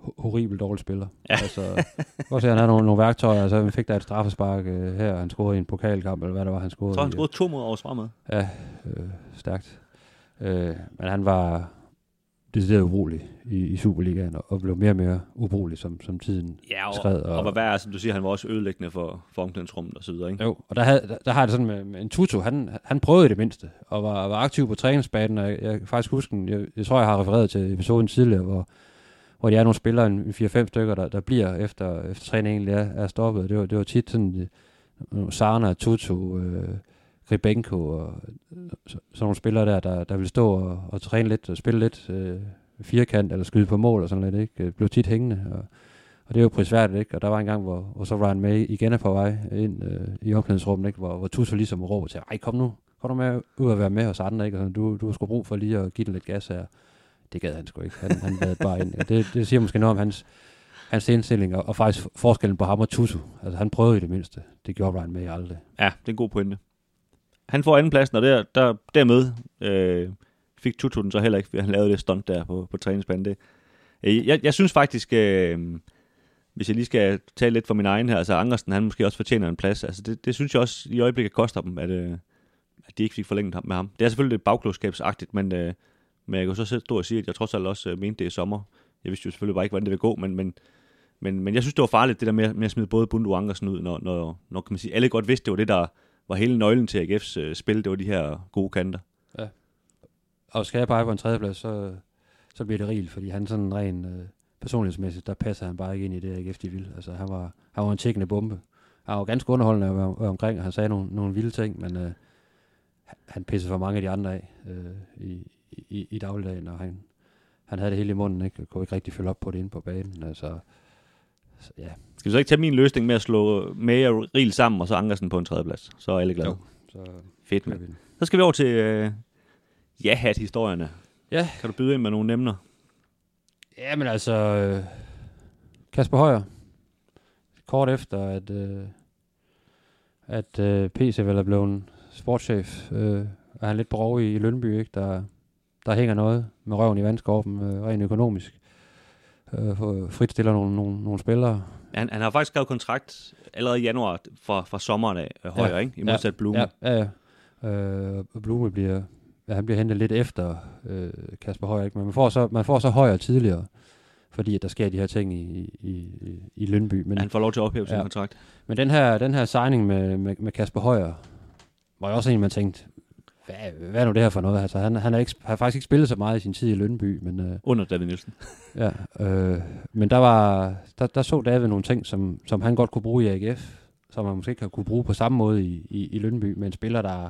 horribelt dårlig spiller. Ja. Altså, også han havde nogle værktøjer, altså han fik der et straffespark her, han scorede i en pokalkamp, eller hvad det var, han scorede. Så han scorede 2 mod Aarhus Fremad. Ja, stærkt. Men han var decideret ubrugelig i Superligaen, og blev mere og mere ubrugelig, som tiden skred. Og hvad værre, som du siger, han var også ødelæggende for omklædningsrummet og så videre, ikke? Jo, og der har jeg det sådan med en Tutu, han prøvede det mindste, og var aktiv på træningsbanen, og jeg kan faktisk huske, jeg tror, jeg har refereret til episoden tidligere, hvor de er nogle spillere, en 4-5 stykker, der bliver efter træningen egentlig er stoppet. Det var tit sådan, Sarna, Tutu, Gribenko og sådan nogle spillere der ville stå og træne lidt og spille lidt firkant eller skyde på mål og sådan lidt, ikke? Blev tit hængende, og det er jo prisværdigt, ikke? Og der var en gang, hvor så Ryan May igen er på vej ind i omklædningsrummet, ikke? Hvor Tutu ligesom råber til, ej kom nu med ud og være med hos andre, ikke? Og sådan, du har sgu brug for lige at give den lidt gas her. Det gad han sgu ikke. Han lavede bare ind. Og det siger måske noget om hans indstilling, og faktisk forskellen på ham og Tutu. Altså han prøvede i det mindste. Det gjorde Ryan May aldrig. Ja, det er en god pointe. Han får andenpladsen, og dermed fik Tutu den så heller ikke, fordi han lavede det stunt der på træningsbanen. Jeg synes faktisk, hvis jeg lige skal tale lidt for min egen her, altså Ankersen, han måske også fortjener en plads. Altså det synes jeg også i øjeblikket koster dem, at de ikke fik forlænget med ham. Det er selvfølgelig lidt bagklogskabsagtigt, men jeg kan så stå og sige, at jeg trods alt også mente det i sommer. Jeg vidste jo selvfølgelig bare ikke, hvordan det ville gå, men jeg synes, det var farligt, det der med at smide både Bundu og Ankersen ud, når kan man sige, alle godt vidste, det var det, der var hele nøglen til AGF's spil, det var de her gode kanter. Ja. Og skal jeg pege på en tredjeplads, så bliver det rigeligt, fordi han sådan ren personlighedsmæssigt, der passer han bare ikke ind i det AGF, de vil. Altså han var en tjekkende bombe. Han var ganske underholdende at være omkring, og han sagde nogle vilde ting, men han pissede for mange af de andre af i dagligdagen, og han havde det hele i munden, ikke? Og kunne ikke rigtig følge op på det inde på banen. Altså, ja. Skal vi så ikke tage min løsning med at slå May og Riel sammen, og så Ankersen på en tredjeplads? Så er alle glade. Jo, så fedt, med. Så skal vi over til ja-hat-historierne. Ja. Kan du byde ind med nogle emner? Ja, men altså Kasper Højer. Kort efter, at PC vel er blevet sportschef, er han lidt på i Lyngby, ikke? Der hænger noget med røven i vandskorpen, rent økonomisk. Fritstiller nogle spillere. Han har faktisk skrevet kontrakt allerede i januar fra sommeren af Højer, ikke? I modsat Blume. Ja. Blume bliver hentet lidt efter Kasper Højer, ikke? Men man får så Højer tidligere, fordi at der sker de her ting i Lyngby. Men han får lov til at ophæve sin kontrakt. Men den her signing med Kasper Højer var jo også en, man tænkte, hvad er nu det her for noget? Altså, han har faktisk ikke spillet så meget i sin tid i Lyngby, men under David Nielsen. Ja, men der så David nogle ting, som han godt kunne bruge i AGF, som man måske ikke kunne bruge på samme måde i Lyngby, med en spiller, der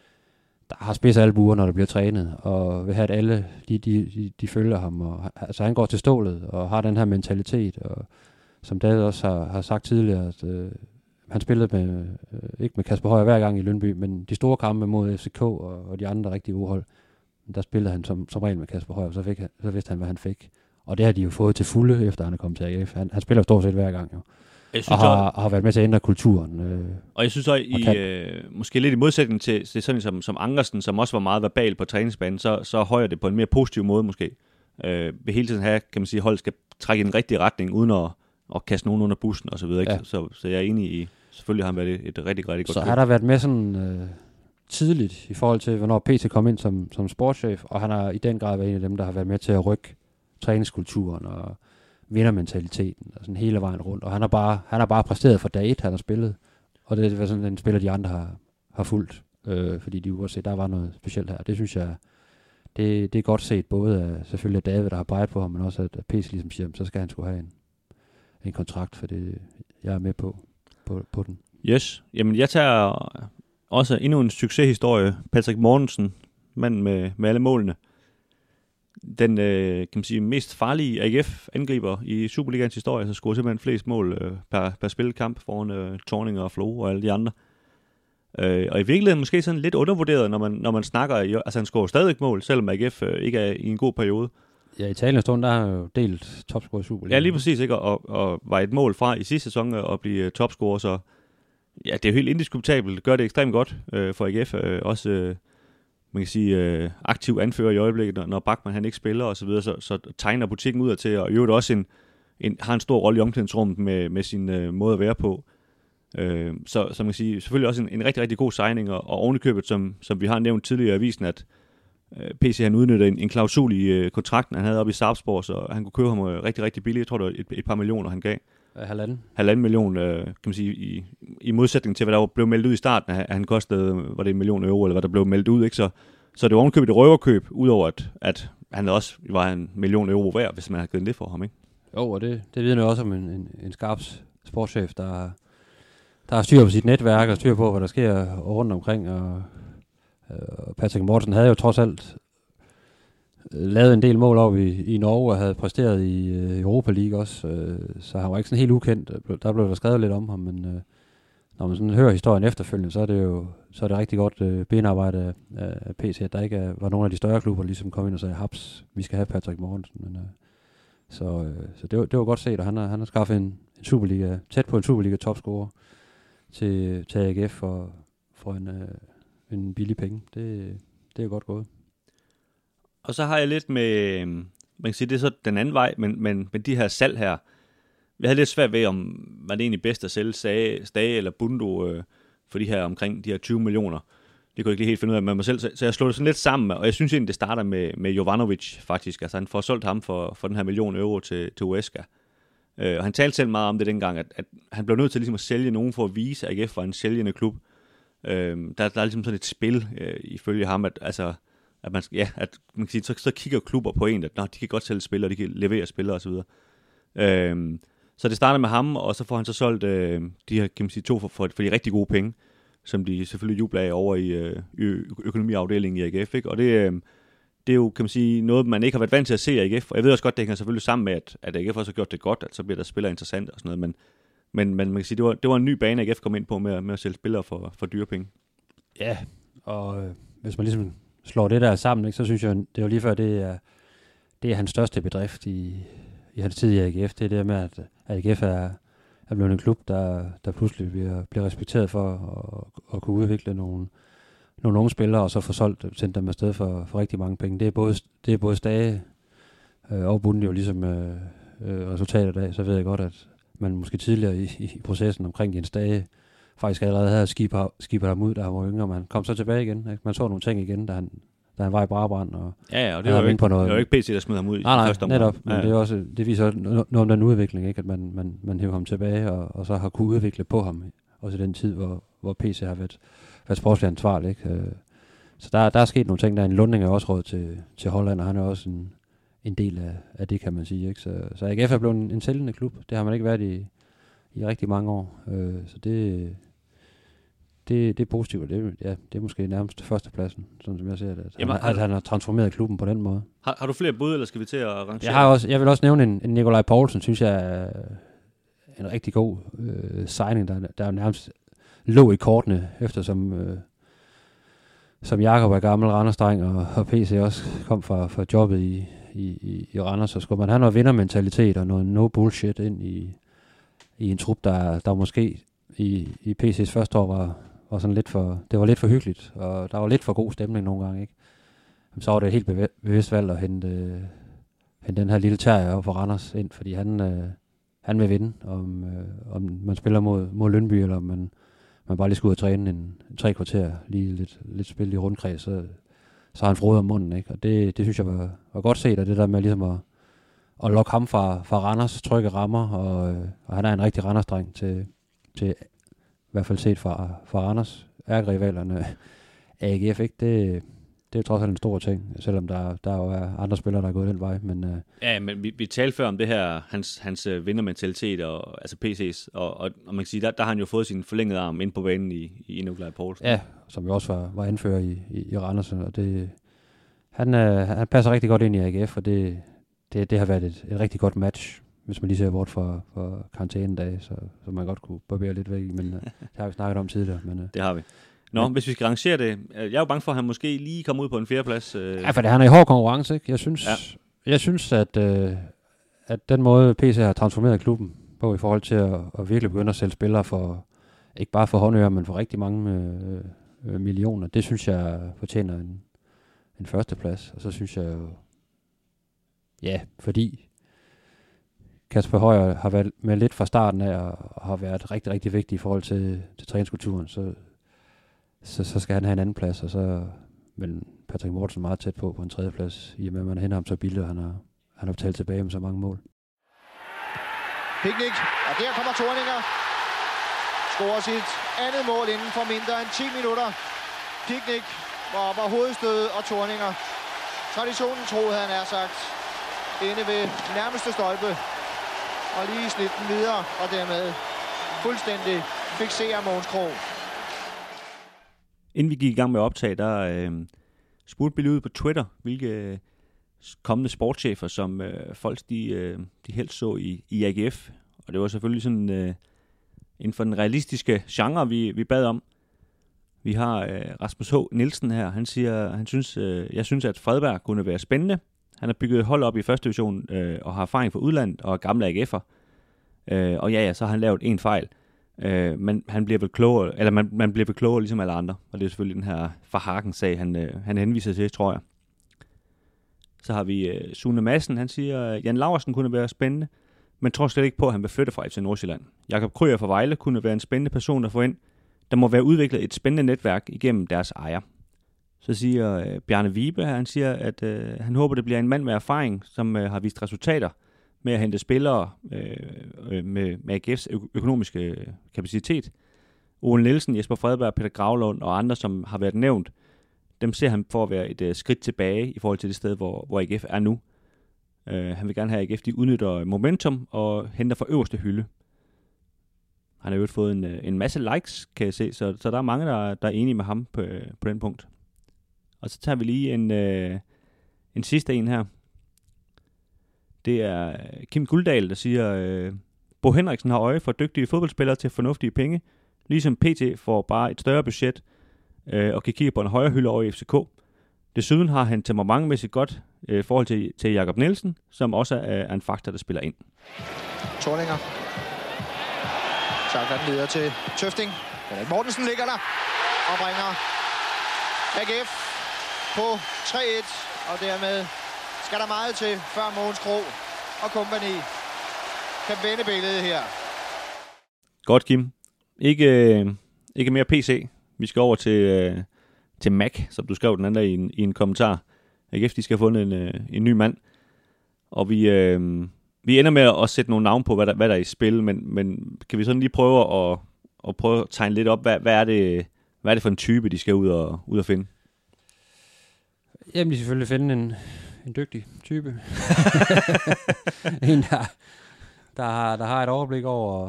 har spids albuer, når der bliver trænet, og vil have, at alle de følger ham. Og, altså han går til stålet og har den her mentalitet, og som David også har sagt tidligere, at han spillede ikke med Kasper Højer hver gang i Lyngby, men de store kampe mod FCK og de andre rigtige uhold, der spillede han som regel med Kasper Højer, så vidste han, hvad han fik. Og det har de jo fået til fulde, efter han er kommet til AGF. Han spiller stort set hver gang, jo. Og har været med til at ændre kulturen. Og jeg synes så, måske lidt i modsætning til sådan som Ankersen, som også var meget verbal på træningsbanen, så Højer det på en mere positiv måde måske. Vil hele tiden have, kan man sige, holdet skal trække i den rigtige retning, uden at kaste nogen under bussen og så videre. Ja. Så jeg er enig i, selvfølgelig har han været et rigtig, rigtig godt så har der været med sådan tidligt i forhold til, hvornår PC kom ind som sportschef, og han har i den grad været en af dem, der har været med til at rykke træningskulturen og vindermentaliteten og sådan hele vejen rundt. Og han har bare præsteret fra dag 1, han har spillet. Og det er sådan en spiller, de andre har fulgt, fordi de jo set, der var noget specielt her. Det synes jeg, det er godt set, både af selvfølgelig David, der har peget på ham, men også at PC ligesom siger, så skal han skulle have en kontrakt, for det jeg er med på den. Yes. Jamen, jeg tager også endnu en succeshistorie. Patrick Mortensen, manden med alle målene. Den kan man sige, mest farlige AGF-angriber i Superligaens historie, så scorer simpelthen flest mål per spillet kamp foran Thorning og Flo og alle de andre. Og i virkeligheden måske sådan lidt undervurderet, når man snakker, altså han scorer stadig mål, selvom AGF ikke er i en god periode. Ja, i talende stund, der har jo delt topscorer i Superligaen. Ja, lige præcis, ikke? Og var et mål fra i sidste sæson at blive topscorer, så ja, det er jo helt indiskutabelt. Gør det ekstremt godt for AGF. Også, man kan sige, aktiv anfører i øjeblikket, når Bachmann han ikke spiller og så videre, så tegner butikken ud til, og i øvrigt også har en stor rolle i omklædningsrummet med sin måde at være på. Så man kan sige, selvfølgelig også en rigtig, rigtig god signing, og ovenikøbet, som vi har nævnt tidligere i avisen, at PC han udnyttede en klausul i kontrakten, han havde oppe i Sarpsborg, så han kunne købe ham rigtig, rigtig billigt. Jeg tror, det var et par millioner, han gav. 1,5 million, kan man sige, i modsætning til, hvad der blev meldt ud i starten. Han kostede, var det 1 million euro, eller hvad der blev meldt ud, ikke? Så det var ovenikøbet et røverkøb, udover at han også var 1 million euro værd, hvis man havde givet det for ham, ikke? Jo, og det vidner også om en skarp sportschef, der har styr på sit netværk, og styr på, hvad der sker rundt omkring, og Patrick Mortensen havde jo trods alt lavet en del mål over i Norge, og havde præsteret i Europa League også, så han var ikke sådan helt ukendt. Der blev der skrevet lidt om ham, men når man sådan hører historien efterfølgende, så er det rigtig godt benarbejde af PC, at der ikke var nogen af de større klubber, ligesom kom ind og sagde, haps, vi skal have Patrick Mortensen. Men, så det var godt set, og han har skaffet en Superliga, tæt på en Superliga topscorer til AGF for en billig penge. Det er jo godt gået. Og så har jeg lidt med, man kan sige, det er så den anden vej, men de her salg her, jeg havde lidt svært ved, om var det egentlig bedst at sælge Stage eller Bundo for de her omkring de her 20 millioner. Det kunne jeg ikke lige helt finde ud af med mig selv, så jeg slog det sådan lidt sammen, og jeg synes egentlig, det starter med Jovanovic faktisk. Altså han får solgt ham for den her 1 million euro til Huesca. Og han talte selv meget om det dengang, at han blev nødt til ligesom at sælge nogen for at vise, at AGF var en sælgende klub. Der er ligesom sådan et spil ifølge ham, at man kan sige, så kigger klubber på en, at de kan godt sælge spillere, de kan levere spillere osv. Så det starter med ham, og så får han så solgt de her, kan man sige, 2 for de rigtig gode penge, som de selvfølgelig jubler af over i økonomiafdelingen i AGF, ikke? Og det er jo, kan man sige, noget, man ikke har været vant til at se i AGF, og jeg ved også godt, det hænger selvfølgelig sammen med, at AGF også har gjort det godt, at så bliver der spillere interessant og sådan noget, men man kan sige, det var en ny bane, AGF kom ind på med at sælge spillere for dyre penge. Ja, og hvis man ligesom slår det der sammen, ikke, så synes jeg, det er jo lige før, det er hans største bedrift i hans tid i AGF. Det er det med, at AGF er blevet en klub, der pludselig bliver respekteret for at kunne udvikle nogle unge spillere, og så få sendt dem afsted for rigtig mange penge. Det er både Stage og Bunde jo ligesom resultatet af. Så ved jeg godt, at man måske tidligere i processen omkring Jens Stage faktisk allerede havde skibet ham ud, da han var yngre. Man kom så tilbage igen. Ikke? Man så nogle ting igen, da han var i Brabrand. Og det var jo ikke PC, der smed ham ud i første omgang. Netop. Men det viser også noget om den udvikling, ikke? At man hæver ham tilbage, og så har kunne udvikle på ham. Også i den tid, hvor PC har været sportslig ansvarlig. Ikke? Så der er sket nogle ting. Der er en Lunding er også råd til Holland, og han er også en del af det, kan man sige. Ikke? Så AGF er blevet en sælgende klub. Det har man ikke været i rigtig mange år. Så det er positivt, og det er måske nærmest førstepladsen, sådan som jeg ser det. At han har transformeret klubben på den måde. Har du flere bud, eller skal vi til at rangere? Jeg vil også nævne en Nikolaj Poulsen, synes jeg er en rigtig god signing, der nærmest lå i kortene, eftersom som Jakob er gammel Randers-dreng, og PC også kom fra jobbet i Randers, så skulle man have noget vindermentalitet og noget no bullshit ind i en trup, der måske i PC's første år var sådan lidt det var lidt for hyggeligt, og der var lidt for god stemning nogle gange, ikke? Så var det et helt bevidst valg at hente den her lille terrier op for Randers ind, fordi han vil vinde, om man spiller mod Lyngby, eller om man bare lige skal ud og træne en 3 kvarter, lige lidt spil i rundkreds, så har han frode om munden, ikke? Og det synes jeg var godt set, og det der med ligesom at lokke ham fra Randers trygge rammer, og han er en rigtig Randers-dreng til i hvert fald set fra Randers ærkerivalerne AGF, ikke? Det er trods alt en stor ting, selvom der jo er andre spillere, der er gået den vej. Men, ja, men vi talte før om det her, hans vindermentalitet, altså PC's, og man kan sige, der har han jo fået sin forlængede arm ind på banen i Nikolaj Poulsen. Ja, som jo også var anfører i Randers, og han passer rigtig godt ind i AGF, og det har været et rigtig godt match, hvis man lige ser bort for karantænedage, så man godt kunne barbere lidt væk, men det har vi snakket om tidligere. Men, det har vi. Nå, hvis vi skal rangere det, jeg er jo bange for, at han måske lige kommer ud på en 4. plads. Ja, for han er i hård konkurrence, ikke? Jeg synes at den måde PC har transformeret klubben på i forhold til at virkelig begynde at sælge spillere for, ikke bare for håndører, men for rigtig mange millioner, det synes jeg fortjener en 1. plads. Og så synes jeg jo, ja, fordi Kasper Højer har været med lidt fra starten af, og har været rigtig, rigtig vigtig i forhold til træningskulturen, så skal han have en anden plads, og så vil Patrick Mortensen meget tæt på en tredje plads, i og med at man henter ham så billigt, og han har betalt tilbage med så mange mål. Picnic, og der kommer Thorninger. Scorer sit andet mål inden for mindre end 10 minutter. Picnic var hovedstødet, og Thorninger. Traditionen troede han er sagt. Inde ved nærmeste stolpe. Og lige snit den videre, og dermed fuldstændig fikserer Mogens Krog. Inden vi gik i gang med at optage, der spurgte Billy ud på Twitter, hvilke kommende sportschefer, som folk de helst så i AGF. Og det var selvfølgelig sådan inden for den realistiske genre, vi bad om. Vi har Rasmus H. Nielsen her. Han siger, jeg synes, at Fredberg kunne være spændende. Han har bygget hold op i første division og har erfaring fra udlandet og er gamle AGF'er. Og så har han lavet en fejl. Men han bliver vel klogere, eller man bliver vel klogere ligesom alle andre. Og det er selvfølgelig den her Verhagen-sag, han henviser til, tror jeg. Så har vi Sune Madsen. Han siger, at Jan Laursen kunne være spændende, men tror slet ikke på, at han vil flytte fra FC Nordsjælland. Jakob Krøyer fra Vejle kunne være en spændende person at få ind. Der må være udviklet et spændende netværk igennem deres ejer. Så siger Bjarne Vibe, han siger, at han håber, det bliver en mand med erfaring, som har vist resultater med at hente spillere med AGF's økonomiske kapacitet. Ole Nielsen, Jesper Fredberg, Peter Gravlund og andre, som har været nævnt, dem ser han for at være et skridt tilbage i forhold til det sted, hvor AGF er nu. Han vil gerne have, at AGF de udnytter momentum og henter fra øverste hylde. Han har jo fået en masse likes, kan jeg se, så der er mange, der er enige med ham på den punkt. Og så tager vi lige en sidste en her. Det er Kim Guldal, der siger, Bo Henriksen har øje for dygtige fodboldspillere til fornuftige penge, ligesom PT får bare et større budget og kan kigge på en højere hylde over i FCK. Desuden har han temperamentmæssigt godt forhold til Jakob Nielsen, som også er en faktor, der spiller ind. Thorninger. Så kan den videre til Tøfting. Henrik Mortensen ligger der og bringer AGF på 3-1, og dermed skal der meget til, før Mogens Krog og kompagni kan vende billedet her. Godt, Kim. Ikke mere PC. Vi skal over til Mac, som du skrev den anden i en kommentar. AGF, de skal have fundet en ny mand. Og vi ender med at sætte nogle navne på, hvad der er i spil, men kan vi sådan lige prøve at tegne lidt op, hvad er det for en type, de skal ud og finde? Jamen, de selvfølgelig finde en dygtig type. En, der har et overblik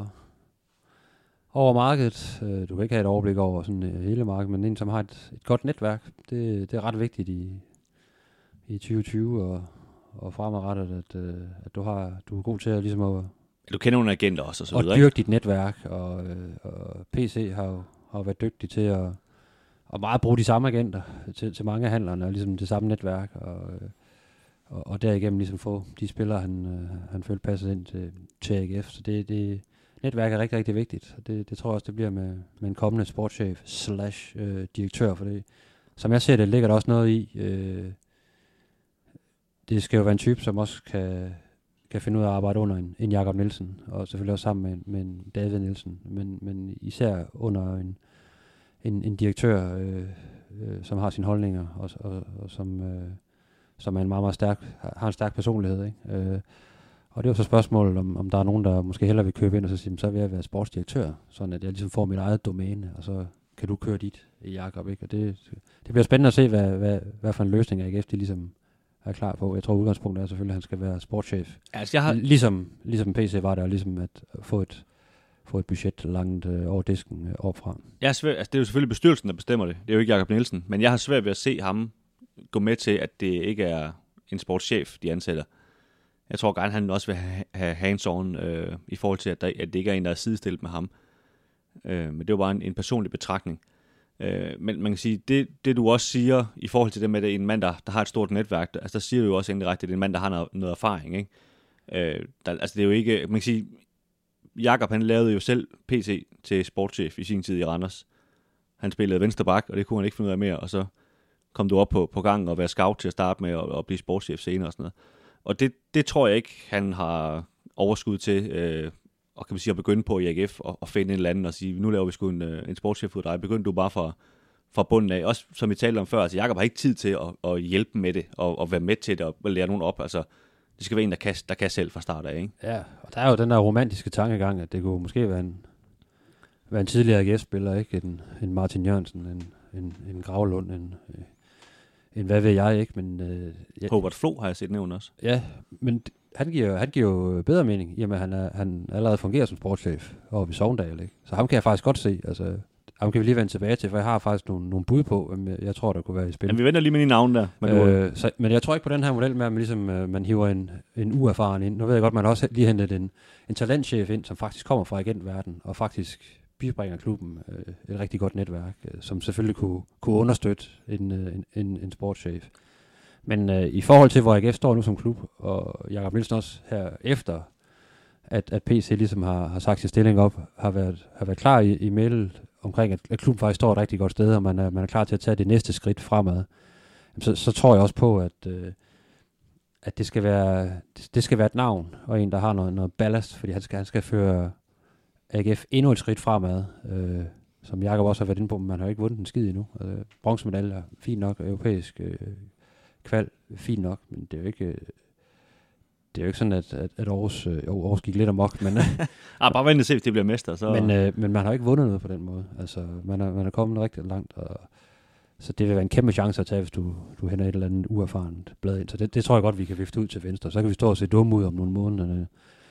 over markedet. Du kan ikke have et overblik over sådan hele markedet, men en, som har et godt netværk. Det er ret vigtigt i 2020 og fremadrettet, at du er god til at ligesom at... Du kender nogle agenter også, og så videre, og dyrke dit netværk, og PC har været dygtig til at meget bruge de samme agenter til mange af handlerne, og ligesom det samme netværk, og derigennem ligesom få de spillere, han følte passet ind til AGF. Så det netværk er rigtig, rigtig vigtigt, og det tror jeg også, det bliver med en kommende sportschef / direktør, for det. Som jeg ser det, ligger der også noget i. Det skal jo være en type, som også kan finde ud af at arbejde under en Jakob Nielsen, og selvfølgelig også sammen med en David Nielsen, men især under en direktør, som har sine holdninger, og som er en meget, meget stærk, har en stærk personlighed, ikke? Og det er jo så spørgsmålet, om der er nogen, der måske hellere vil købe ind, og så sige, så vil jeg være sportsdirektør, sådan at jeg ligesom får mit eget domæne, og så kan du køre dit, Jakob, ikke? Og det bliver spændende at se, hvad for en løsning AGF de ligesom er klar på. Jeg tror, udgangspunktet er selvfølgelig, at han skal være sportschef. Altså, ligesom PC var der, ligesom at få et budget langt over disken opfra. Det er jo selvfølgelig bestyrelsen, der bestemmer det. Det er jo ikke Jakob Nielsen. Men jeg har svært ved at se ham gå med til, at det ikke er en sportschef, de ansætter. Jeg tror gerne, han også vil have hands-on i forhold til, at det ikke er en, der er sidestillet med ham. Men det er jo bare en personlig betragtning. Men man kan sige, det du også siger, i forhold til det med, at det er en mand, der har et stort netværk, altså der siger du jo også indirekte, at det er en mand, der har noget erfaring, ikke? Altså det er jo ikke, man kan sige, Jakob han lavede jo selv PC til sportschef i sin tid i Randers. Han spillede venstre bak, og det kunne han ikke finde ud af mere, og så kom du op på gangen og være scout til at starte med, og blive sportschef senere og sådan noget. Og det tror jeg ikke, han har overskud til og kan man sige, at begynde på i AGF og finde en eller anden og sige, nu laver vi sgu en sportschef ud af dig. Begynd du bare fra bunden af. Også som vi talte om før, altså Jakob har ikke tid til at hjælpe med det og være med til det og lære nogen op. Altså, det skal være en, der kan selv fra start af, ikke? Ja, og der er jo den der romantiske tankegang, at det kunne måske være en tidligere AGF-spiller, ikke? En Martin Jørgensen, en Gravlund, en hvad ved jeg, ikke? Men Robert Flo har jeg set nævnt også. Ja, men han giver jo bedre mening, i og med at han allerede fungerer som sportschef oppe i Sogndal, ikke? Så ham kan jeg faktisk godt se, altså ham kan vi lige vende tilbage til, for jeg har faktisk nogle bud på, hvem jeg tror, der kunne være i spil. Men vi venter lige med de navne der. Men jeg tror ikke på den her model med, at man, ligesom, man hiver en uerfaren ind. Nu ved jeg godt, man har også lige hentet en talentchef ind, som faktisk kommer fra agentverden, og faktisk bibringer klubben et rigtig godt netværk, som selvfølgelig kunne understøtte en sportschef. Men i forhold til, hvor AGF står nu som klub, og Jakob Nielsen også her efter, at PC ligesom har sagt sin stilling op, har været klar i mail omkring, at klubben faktisk står et rigtig godt sted, og man er klar til at tage det næste skridt fremad, så tror jeg også på, at det skal være et navn, og en, der har noget ballast, fordi han skal føre AGF endnu et skridt fremad, som Jakob også har været inde på, men man har ikke vundet en skid endnu. Altså, bronzemedaljer, fint nok, europæisk kval, fint nok, men det er jo ikke sådan, at Aarhus gik lidt amok, men bare vent og se, hvis det bliver mester. Så. Men man har ikke vundet noget på den måde. Altså, man er kommet rigtig langt, og så det vil være en kæmpe chance at tage, hvis du henter et eller andet uerfarent blad ind. Så det tror jeg godt, vi kan vifte ud til venstre. Så kan vi stå og se dumme ud om nogle måneder,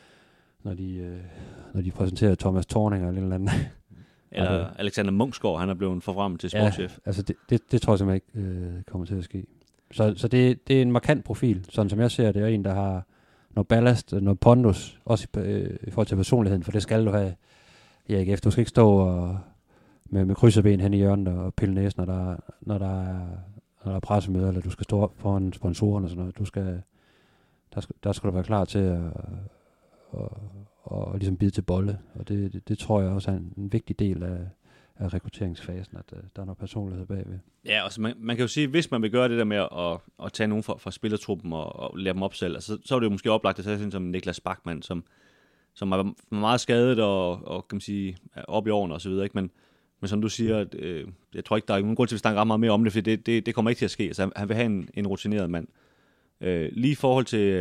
når de præsenterer Thomas Thorning eller andet. Eller Alexander Munksgaard, han er blevet forfremmet til sportschef. Ja, altså det tror jeg simpelthen ikke kommer til at ske. Så det er en markant profil, sådan som jeg ser det, er en, der har noget ballast, noget pondus, også i forhold til personligheden, for det skal du have i AGF. Du skal ikke stå med krydseben hen i hjørnet og pille næsen, når der er pressemøder, eller du skal stå op foran sponsorerne og sådan noget. Der skal du være klar til at ligesom bide til bolle, og det tror jeg også er en vigtig del af rekrutteringsfasen, at der er noget personlighed bagved. Ja, altså man kan jo sige, hvis man vil gøre det der med at tage nogen fra spillertruppen og lære dem op selv, altså, så er det jo måske oplagt at tage som Niklas Bachmann, som er meget skadet og kan man sige, op i årene og så videre, ikke? Men som du siger, jeg tror ikke, der er nogen grund til, at vi snakker ret meget mere om det, for det kommer ikke til at ske. Altså, han vil have en rutineret mand. Lige i forhold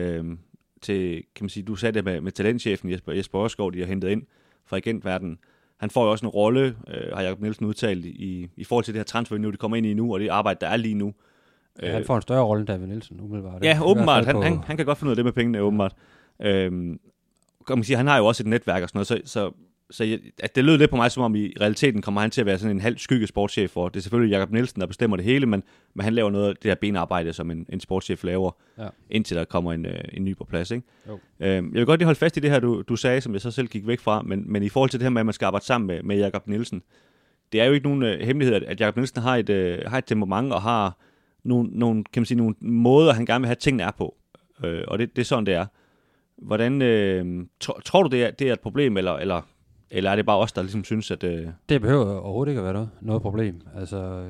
til kan man sige, du sagde det med talentchefen Jesper Ørskov, de har hentet ind fra agentverdenen. Han får jo også en rolle, har Jakob Nielsen udtalt, i forhold til det her transfervindue, det kommer ind i nu, og det arbejde, der er lige nu. Ja, han får en større rolle end David Nielsen, umiddelbart. Ja, åbenbart. Han kan godt finde ud af det med pengene, åbenbart. Kan man sige, han har jo også et netværk og sådan noget, så at det lød lidt på mig, som om i realiteten kommer han til at være sådan en halv skygge sportschef for. Det er selvfølgelig Jakob Nielsen, der bestemmer det hele, men han laver noget af det her benarbejde, som en sportschef laver, indtil der kommer en ny på plads, ikke? Jeg vil godt lige holde fast i det her, du sagde, som jeg så selv gik væk fra, men i forhold til det her med, at man skal arbejde sammen med Jakob Nielsen, det er jo ikke nogen hemmelighed, at Jakob Nielsen har et temperament og har nogle, kan man sige, nogle måder, han gerne vil have tingene er på. Og det er sådan, det er. Hvordan tror du, det er et problem, eller er det bare os, der ligesom synes, at... Det behøver overhovedet ikke at være noget problem. Altså,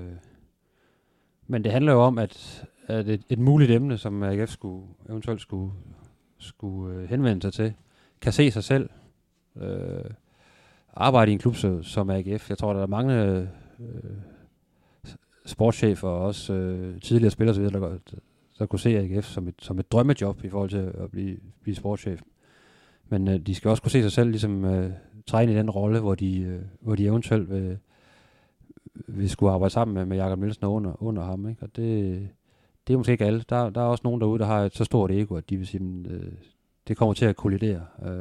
men det handler jo om, at et muligt emne, som AGF eventuelt skulle henvende sig til, kan se sig selv arbejde i en klub som AGF. Jeg tror, der er mange sportschefer og også tidligere spillere, så videre, der kunne se AGF som et drømmejob i forhold til at blive sportschef. Men de skal også kunne se sig selv ligesom træne i den rolle, hvor de eventuelt vil skulle arbejde sammen med Jakob Nielsen under ham, ikke? Og det er måske ikke alle. Der er også nogen derude, der har et så stort ego, at de vil sige, det kommer til at kollidere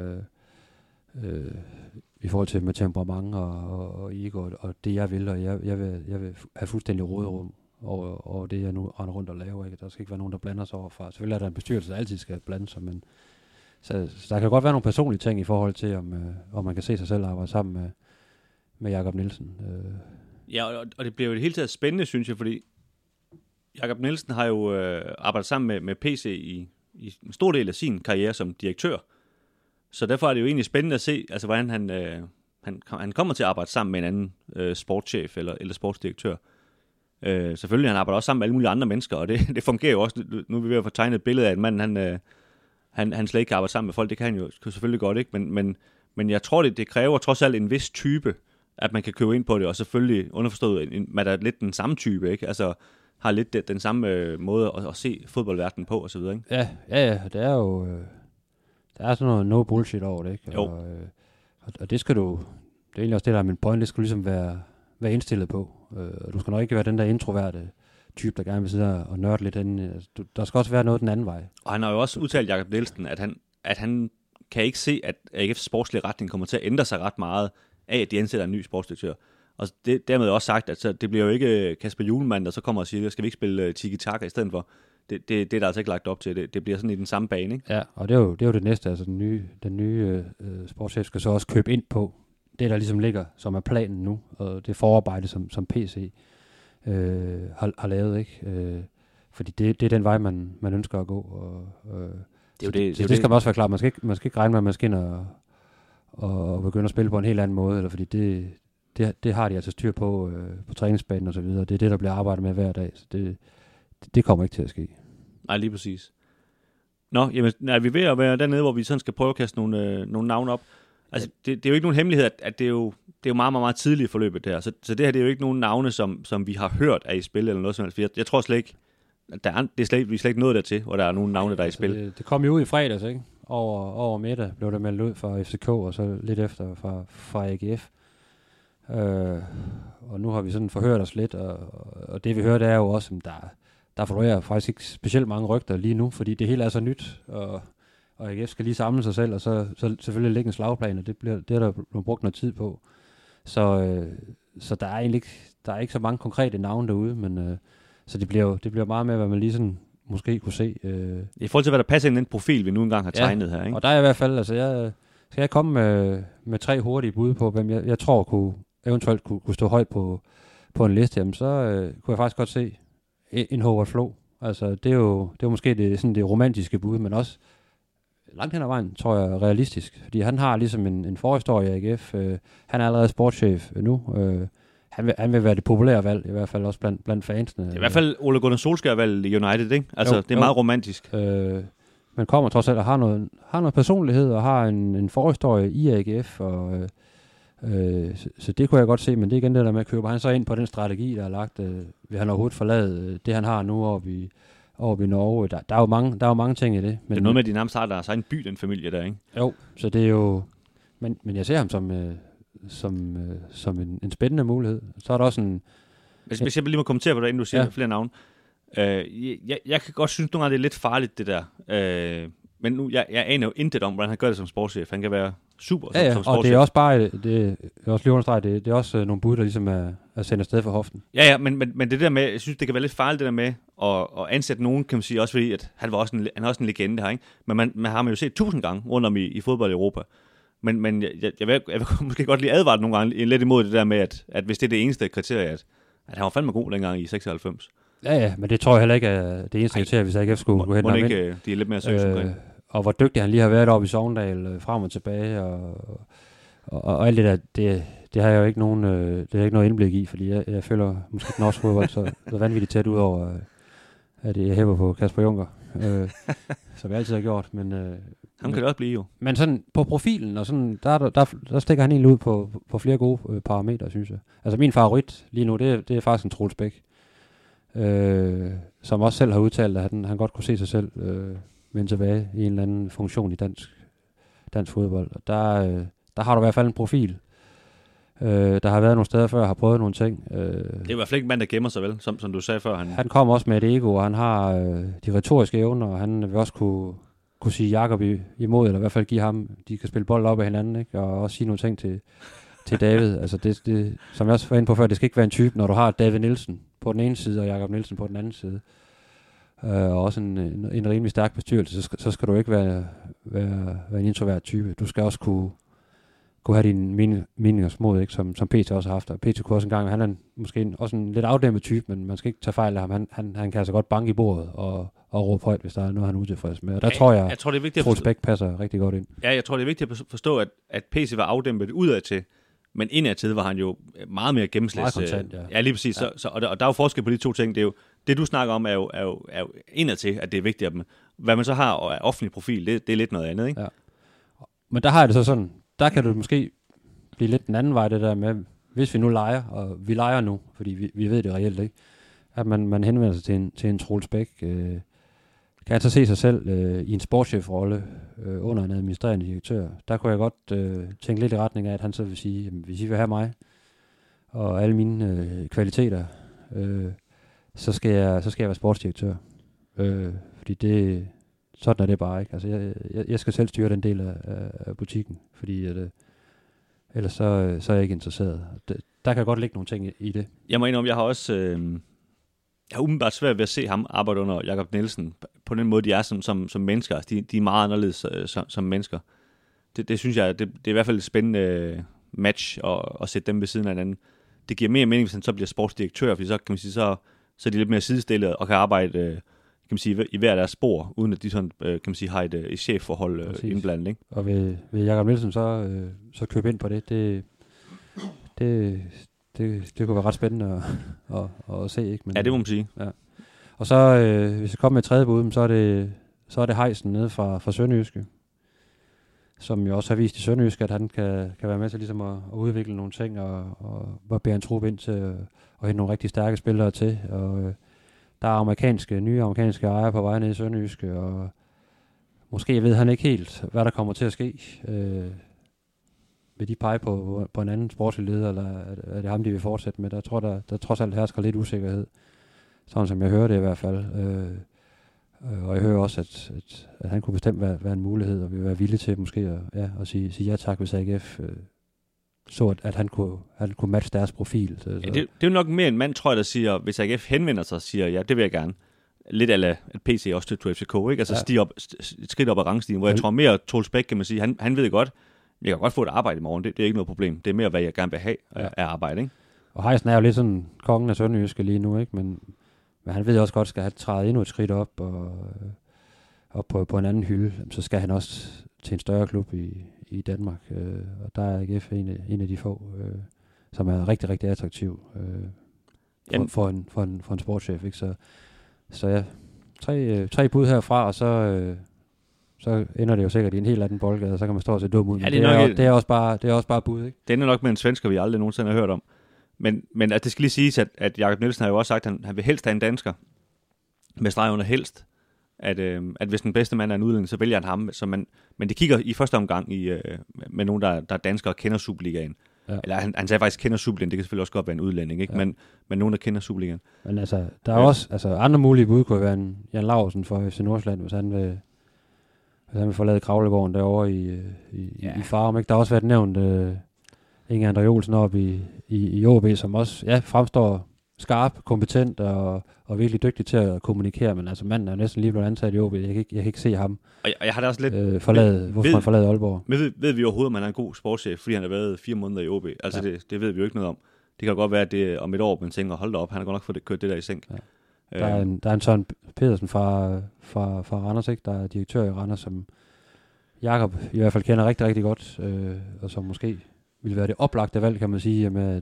i forhold til med temperament og ego og det jeg vil, og jeg vil have fuldstændig råderum over det jeg nu render rundt og laver, ikke? Der skal ikke være nogen, der blander sig overfra. Selvfølgelig er der en bestyrelse, der altid skal blande sig, men så der kan godt være nogle personlige ting i forhold til, om man kan se sig selv arbejde sammen med Jakob Nielsen. Ja, og det bliver jo det hele taget spændende, synes jeg, fordi Jakob Nielsen har jo arbejdet sammen med PC i en stor del af sin karriere som direktør. Så derfor er det jo egentlig spændende at se, altså, hvordan han kommer til at arbejde sammen med en anden sportschef eller sportsdirektør. Selvfølgelig, han arbejder også sammen med alle mulige andre mennesker, og det fungerer jo også. Nu er vi ved at få tegnet et billede af, at manden han slet ikke kan arbejde sammen med folk. Det kan han jo selvfølgelig godt, ikke? Men jeg tror, det kræver trods alt en vis type, at man kan købe ind på det, og selvfølgelig underforstået, man er lidt den samme type, ikke? Altså har lidt den samme måde at se fodboldverdenen på, og så videre, ikke? Ja, det er jo... der er sådan noget no bullshit over det, ikke? Og det skal du... Det er egentlig også det, der er min point, det skal ligesom være indstillet på. Du skal nok ikke være den der introverte type, der gerne vil sidde og nørde lidt inden. Altså, der skal også være noget den anden vej. Og han har jo også udtalt, Jakob Nielsen, at han kan ikke se, at AGF's sportslige retning kommer til at ændre sig ret meget af, at de ansætter en ny sportsdirektør. Og dermed også sagt, at så det bliver jo ikke Kasper Hjulmand, der så kommer og siger, skal vi ikke spille tiki-taka i stedet for? Det er der altså ikke lagt op til. Det bliver sådan i den samme bane, ikke? Ja, og det er jo det næste. Altså den nye sportschef skal så også købe ind på det, der ligesom ligger, som er planen nu, og det forarbejde, som PC har lavet, ikke? Fordi det er den vej, man ønsker at gå. Og det skal man også være klar. Man skal ikke regne med, at man skal ind og begynde at spille på en helt anden måde, eller fordi det har de altså styr på træningsbanen og så videre. Det er det, der bliver arbejdet med hver dag, så det kommer ikke til at ske. Nej, lige præcis. Nå, jamen, er vi ved at være dernede, hvor vi sådan skal prøve at kaste nogle navne op? Altså, det er jo ikke nogen hemmelighed, at det er jo meget, meget, meget tidligt i forløbet der. Så det her, det er jo ikke nogen navne, som vi har hørt er i spil eller noget som helst. Jeg tror slet ikke, vi er slet ikke nået dertil, hvor der er nogle navne, der er i spil. Det kom jo ud i fredags, ikke? Over middag blev der meldt ud fra FCK, og så lidt efter fra AGF. Og nu har vi sådan forhørt os lidt, og det vi hører, det er jo også, at der florerer faktisk ikke specielt mange rygter lige nu, fordi det hele er så nyt, og AGF skal lige samle sig selv, og så selvfølgelig lægge en slagplan, og det er der blevet brugt noget tid på. Så der er egentlig ikke så mange konkrete navne derude, men så det bliver meget med, hvad man lige sådan måske kunne se. I forhold til, hvad der passer ind i den profil, vi nu engang har tegnet her, ikke? Og der er i hvert fald, altså skal jeg komme med 3 hurtige bud på, hvem jeg tror eventuelt kunne stå højt på en liste, jamen så kunne jeg faktisk godt se en Howard Flo. Altså det er jo måske det romantiske bud, men også langt hen ad vejen, tror jeg, realistisk. Fordi han har ligesom en forhistorie i AGF. Han er allerede sportschef nu. Han vil være det populære valg, i hvert fald også blandt fansene. Det er i hvert fald Ole Gunnar Solskjaer-valg i United, ikke? Altså, det er meget romantisk. Man kommer trods alt og har noget personlighed, og har en forhistorie i AGF, og så det kunne jeg godt se, men det er igen det der med at købe han så ind på den strategi, der er lagt. Vil han overhovedet forlade det, han har nu oppe i Norge? Der er jo mange ting i det. Men det er noget med, at de nærmest har deres egen by, den familie der, ikke? Jo, så det er jo... Men jeg ser ham som en spændende mulighed. Så er der også en... Hvis jeg lige må kommentere på det, inden du siger flere navne. Jeg kan godt synes, nogle gange det er lidt farligt, det der. Men nu, jeg aner jo intet om, hvordan han gør det som sportschef. Han kan være super som sportschef. Og det er også bare, det er også lige understreget, det er også nogle bud, der ligesom er sendt afsted for hoften. Ja, men det der med, jeg synes, det kan være lidt farligt, det der med at ansætte nogen, kan man sige, også fordi, at han er også en legende her, ikke? Men man har jo set 1000 gange rundt om i fodbold i Europa. Men jeg vil måske godt lige advare nogle gange lidt imod det der med, at hvis det er det eneste kriterie, at han var fandme god dengang i 96. Ja, men det tror jeg heller ikke er det eneste kriterie, hvis AGF skulle gå hen og vinde. De er lidt mere seriøse omkring. Og hvor dygtig han lige har været oppe i Sogndal, frem og tilbage, og alt det der, det har jeg jo ikke noget indblik i, fordi jeg føler måske den norske fodbold så vanvittigt tæt ud over, at jeg hæver på Kasper Juncker, som jeg altid har gjort, men... Han kan det også blive jo. Men sådan på profilen, og sådan, der stikker han egentlig ud på flere gode parametre, synes jeg. Altså min favorit lige nu, det er faktisk en Troels Bæk, som også selv har udtalt, at han godt kunne se sig selv vende tilbage i en eller anden funktion i dansk fodbold. Og der har du i hvert fald en profil. Der har været nogle steder før, har prøvet nogle ting. Det er i hvert fald ikke en mand, der gemmer sig vel, som du sagde før. Han kommer også med et ego, og han har de retoriske evner, og han vil også kunne sige Jakob imod, eller i hvert fald give ham, de kan spille bold op af hinanden, ikke? Og også sige nogle ting til David. Altså det, som jeg også var inde på før, det skal ikke være en type, når du har David Nielsen på den ene side, og Jakob Nielsen på den anden side. Og også en rimelig stærk bestyrelse, så skal du ikke være en introvert type. Du skal også kunne have dine meningers mod, ikke? Som PT også har haft. Og PT kunne også engang, han er måske også en lidt afdæmpet type, men man skal ikke tage fejl af ham. Han kan altså godt banke i bordet og råbe højt, hvis der er noget, han er utilfreds med. Og der tror jeg det er vigtigt Troels Bæk passer rigtig godt ind. Ja, jeg tror, det er vigtigt at forstå, at PC var afdæmpet udadtil, Men indadtil var han jo meget mere gennemslæs. Meget kontant, ja. Ja, lige præcis. Ja. Og der er jo forskel på de to ting. Det er jo, det du snakker om, er jo indadtil, at det er vigtigt af dem. Hvad man så har af offentlig profil, det er lidt noget andet, ikke? Ja. Men der har jeg det så sådan, der kan det måske blive lidt den anden vej, det der med, hvis vi nu leger, og vi leger nu, fordi vi ved det reelt ikke, at man henvender sig til en Troels Bæk, kan han så se sig selv i en sportschef-rolle under en administrerende direktør. Der kunne jeg godt tænke lidt i retning af, at han så vil sige, jamen, hvis I vil have mig, og alle mine kvaliteter, så skal jeg være sportsdirektør. Fordi sådan er det bare ikke. Altså, jeg skal selv styre den del af butikken, fordi ellers så er jeg ikke interesseret. Der kan godt ligge nogle ting i det. Jeg må indrømme, jeg har også jeg har umiddelbart svært ved at se ham arbejde under Jakob Nielsen på den måde, de er som mennesker. Altså, de er meget anderledes som mennesker. Det synes jeg, det er i hvert fald et spændende match at sætte dem ved siden af hinanden. Det giver mere mening, hvis han så bliver sportsdirektør, fordi så kan man sige, så er de lidt mere sidestillet og kan arbejde kan man sige, i hver deres spor, uden at de sådan, kan man sige, har et chefforhold indblandet. Ikke? Og vil Jakob Nielsen så købe ind på det? Det kunne være ret spændende at se, ikke? Men, ja, det må man sige. Ja. Og så, hvis jeg kommer med et tredje bud, så er det Heisen nede fra Sønderjyske, som jo også har vist i Sønderjyske, at han kan være med til ligesom at udvikle nogle ting, og bære en trup ind til at hente nogle rigtig stærke spillere til. Og der er nye amerikanske ejere på vej ned i Sønderjyske, og måske ved han ikke helt, hvad der kommer til at ske. Vil de pege på en anden sportslig leder, eller er det ham, de vil fortsætte med? Der tror der trods alt hersker lidt usikkerhed, sådan som jeg hører det i hvert fald. Og jeg hører også, at han kunne bestemt være en mulighed, og vi vil være villige til måske at sige ja tak, hvis AGF så, at han kunne matche deres profil. Så. Ja, det er jo nok mere en mand, tror jeg, der siger, hvis AGF henvender sig og siger, ja, det vil jeg gerne. Lidt eller at PC også til FCK, ikke? Altså stige op, et skridt op ad rangstigen, hvor jeg tror mere, Troels Bæk, kan man sige, han ved godt, jeg kan godt få et arbejde i morgen, det er ikke noget problem. Det er mere, hvad jeg gerne vil have af arbejde, ikke? Og Heisen er jo lidt sådan kongen af Sønderjyske lige nu, ikke? Men han ved også godt, skal han træde endnu et skridt op og på en anden hylde, så skal han også til en større klub i Danmark. Og der er AGF en af de få, som er rigtig, rigtig attraktiv for en sportschef, ikke? Så ja, tre bud herfra, og så ender det jo sikkert i en helt anden boldgade, og så kan man stå og se dum ud. Ja, det er også bare bud, ikke? Det ender nok med en svensker, vi aldrig nogensinde har hørt om. Men at det skal lige siges, at Jakob Nielsen har jo også sagt, at han vil helst have en dansker, med streg under helst, at hvis den bedste mand er en udlænding, så vælger han ham. Men det kigger i første omgang med nogen, der er danskere og kender Superligaen. Ja. Eller han sagde faktisk, kender Superligaen, det kan selvfølgelig også godt være en udlænding, ikke? Ja. Men nogen, der kender Superligaen. Men altså, der er også andre mulige bud, kunne være en Jan Laursen fra FC Nordsjælland, hvis han vil forlade Kravlegården derovre i Farum, ikke? Der har også været nævnt Inge André Olsen op i OB, som også fremstår skarp, kompetent og virkelig dygtig til at kommunikere, men altså manden er jo næsten lige blevet ansat i OB. Jeg kan ikke se ham og jeg har da også lidt hvorfor han forlader Aalborg. Men ved vi overhovedet, at man er en god sportschef, fordi han har været 4 måneder i OB? Altså det ved vi jo ikke noget om. Det kan godt være, at det om et år, man tænker, hold da op, han har godt nok fået kørt det der i sænk. Ja. Der er en Søren Pedersen fra Randers, ikke? Der er direktør i Randers, som Jakob i hvert fald kender rigtig, rigtig godt, og som måske vil være det oplagte valg, kan man sige, med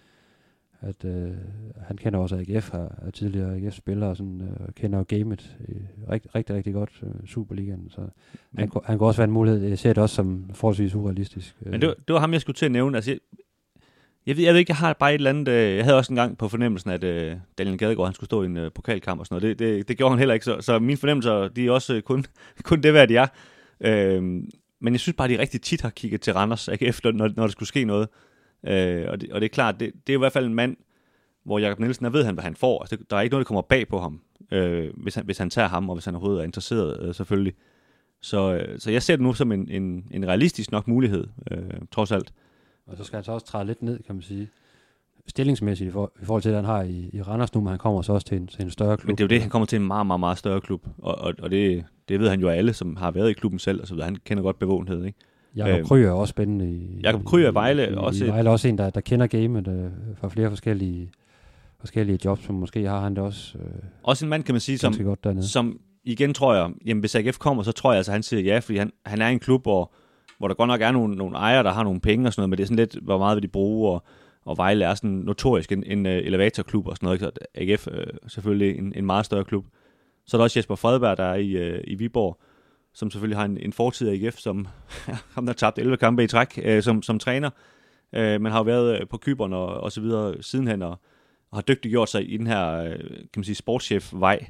at han kender også AGF, er tidligere AGF-spiller, og sådan, kender gamet rigtig, rigtig, rigtig godt, Superligaen, så han kan også være en mulighed. Jeg ser det også som forholdsvis urealistisk. Men det var ham, jeg skulle til at nævne. Altså, jeg ved ikke, jeg har bare et eller andet. Jeg havde også en gang på fornemmelsen, at Daniel Gadegaard, han skulle stå i en pokalkamp og sådan noget. Det gjorde han heller ikke, så mine fornemmelser, de er også kun det, hvad de er. Men jeg synes bare, de rigtig tit har kigget til Randers AGF, når der skulle ske noget. Og det er klart, det er i hvert fald en mand, hvor Jakob Nielsen, ved han, hvad han får. Altså, der er ikke noget, der kommer bag på ham, hvis han tager ham, og hvis han overhovedet er interesseret, selvfølgelig. Så jeg ser det nu som en realistisk nok mulighed, trods alt. Og så skal han så også træde lidt ned, kan man sige, stillingsmæssigt i forhold til, at han har i Randers nu, men han kommer så også til en større klub. Men det er jo det, han kommer til en meget, meget, meget større klub, og det ved han jo alle, som har været i klubben selv, altså han kender godt bevågenhed, ikke? Jakob Kryer er også spændende Jakob Kryer Vejle også. Vejle også en, der kender gamet fra flere forskellige jobs, som måske har han det også. Også en mand, kan man sige, som igen tror jeg, jamen hvis AGF kommer, så tror jeg altså, han siger ja, fordi han er i en klub, hvor hvor der godt nok er nogle ejere, der har nogle penge og sådan noget, men det er sådan lidt, hvor meget vil de bruge, og Vejle er sådan notorisk en elevatorklub og sådan noget, ikke? Så AGF selvfølgelig en meget større klub. Så er der også Jesper Fredberg, der er i Viborg, som selvfølgelig har en fortid af AGF, som ham der tabt 11 kampe i træk som træner. Man har jo været på Cypern og så videre sidenhen, og har dygtigt gjort sig i den her, kan man sige, sportschef-vej.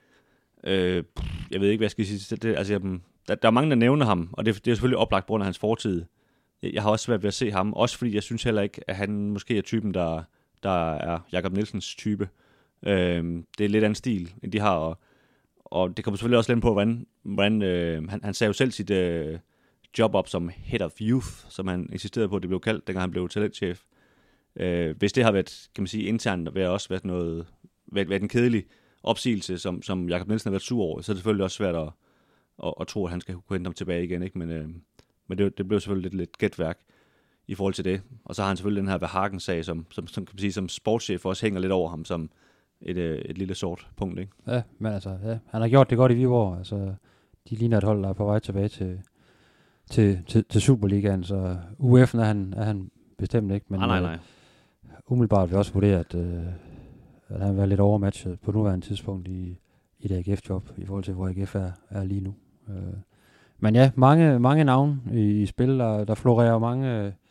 Jeg ved ikke, hvad jeg skal sige. Altså, der er mange, der nævner ham, og det er selvfølgelig oplagt på grund af hans fortid. Jeg har også svært ved at se ham, også fordi jeg synes heller ikke, at han måske er typen, der er Jakob Nielsens type. Det er lidt anden stil, end de har, og det kommer selvfølgelig også lidt på, hvordan han sagde jo selv sit job op som Head of Youth, som han insisterede på, at det blev kaldt, dengang han blev talentchef. Hvis det har været, kan man sige, internt, vil også været en kedelig opsigelse, som Jakob Nielsen har været sur over, så er det selvfølgelig også svært at tro, at han skal kunne hente ham tilbage igen, ikke? Men det blev selvfølgelig lidt gætværk i forhold til det. Og så har han selvfølgelig den her Verhagen-sag, som kan man sige, som sportschef også hænger lidt over ham som et lille sort punkt, ikke? Ja, men altså, ja, han har gjort det godt i Viborg. Altså, de ligner et hold, der er på vej tilbage til Superligaen, så UF'en er han bestemt ikke. Men nej. Umiddelbart vil jeg også vurdere, at han var lidt overmatchet på nuværende tidspunkt i det AGF-job, i forhold til, hvor AGF er lige nu. Men ja, mange navne i spil, der florerer mange,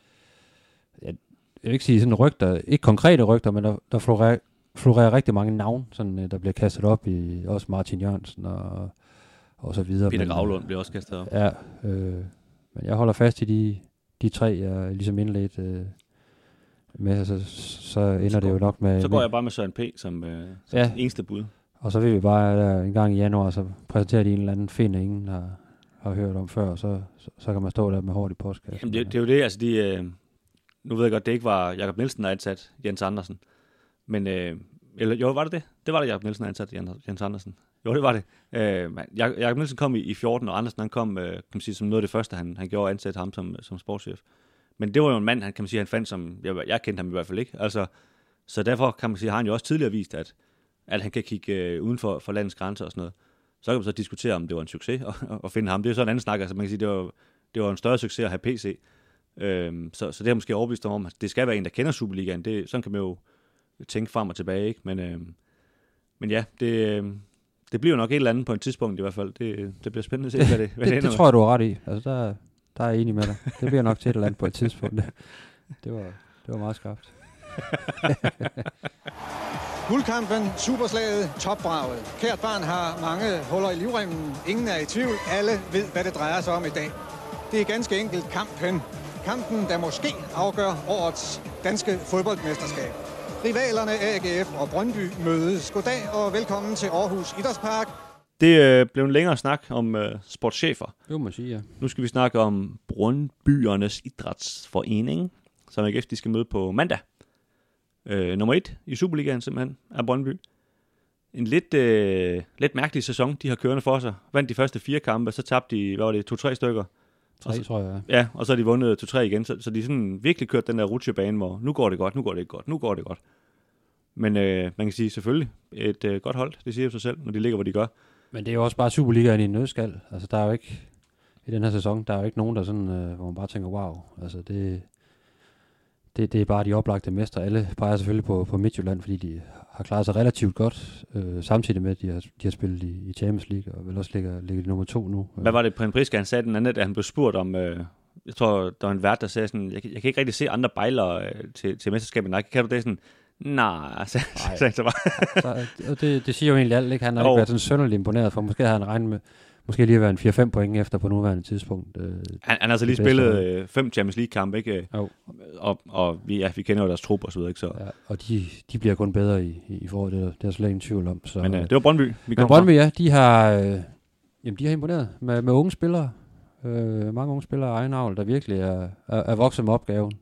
jeg vil ikke sige sådan rygter, ikke konkrete rygter, men der florerer rigtig mange navne, sådan, der bliver kastet op i også Martin Jørgensen og så videre. Peter Gravlund bliver også kastet op. Ja, men jeg holder fast i de tre, jeg ligesom indledt med, altså, så ender det jo nok med... Så går jeg bare med Søren P. som eneste bud. Og så vil vi bare en gang i januar, så præsenterer de en eller anden find, ingen har hørt om før, og så kan man stå der med hårdt i postkassen. Jamen det er jo det, altså nu ved jeg godt, det ikke var Jakob Nielsen, der ansat Jens Andersen, men, eller jo, var det det? Det var det, Jakob Nielsen, der ansat Jens Andersen. Jo, det var det. Jakob Nielsen kom i 14, og Andersen, han kom, kan man sige, som noget af det første, han gjorde, at ansætte ham som sportschef. Men det var jo en mand, han fandt, som jeg kendte ham i hvert fald ikke. Altså, så derfor kan man sige, har han jo også tidligere vist, at han kan kigge uden for landets grænser og sådan noget. Så kan man så diskutere, om det var en succes at finde ham. Det er jo sådan en anden snak. Altså, man kan sige, det var en større succes at have PC. Så det har måske overbevist om, at det skal være en, der kender Superligaen. Sådan kan man jo tænke frem og tilbage, ikke? Men ja, det bliver jo nok et eller andet på et tidspunkt i hvert fald. Det bliver spændende at se, hvad det det tror jeg, du har ret i. Altså, der er jeg enig med dig. Det bliver nok til et eller andet på et tidspunkt. Det var meget skarpt. Guldkampen, superslaget, topbraget. Kært barn har mange huller i livremmen. Ingen er i tvivl. Alle ved, hvad det drejer sig om i dag. Det er ganske enkelt kampen. Kampen, der måske afgør årets danske fodboldmesterskab. Rivalerne AGF og Brøndby mødes. Goddag og velkommen til Aarhus Idrætspark. Det blev en længere snak om sportschefer. Jo, man siger, ja. Nu skal vi snakke om Brøndbyernes Idrætsforening, som AGF de skal møde på mandag. Nummer 1 i Superligaen simpelthen er Brøndby. En lidt mærkelig sæson, de har kørende for sig. Vandt de første 4 kampe, så tabte de, hvad var det, 2-3 stykker? 3, tror jeg. Ja, og så har de vundet 2-3 igen. Så de sådan virkelig kørt den der rutsjebane, hvor nu går det godt, nu går det ikke godt, nu går det godt. Men man kan sige selvfølgelig et godt hold, det siger jo sig selv, når de ligger, hvor de gør. Men det er jo også bare Superligaen i en nødskal. Altså der er jo ikke, i den her sæson, der er jo ikke nogen, der sådan, hvor man bare tænker, wow. Altså det er bare de oplagte mestre. Alle peger selvfølgelig på Midtjylland, fordi de har klaret sig relativt godt, samtidig med, at de har spillet i Champions League, og vel også ligger nummer 2 nu. Hvad var det på en priska, han sagde den anden, da han blev spurgt om, jeg tror, der var en vært, der sagde sådan, jeg kan ikke rigtig se andre bejlere til mesterskabet. Nej, kan du det sådan? Nej, sagde så bare. Det siger jo egentlig alt, ikke? Han har ikke været sådan sønderligt imponeret, for måske havde han regnet med, måske lige at være en 4-5 point efter på nuværende tidspunkt. Han har altså lige spillet 5 Champions League-kampe, ikke? Og vi kender jo deres trup og så videre, ikke? Så. Ja, og de bliver kun bedre i forhold til det er slet ingen tvivl om. Så, men det var Brøndby. Men Brøndby, ja, de har imponeret med unge spillere. Mange unge spillere af egen avl, der virkelig er vokset med opgaven.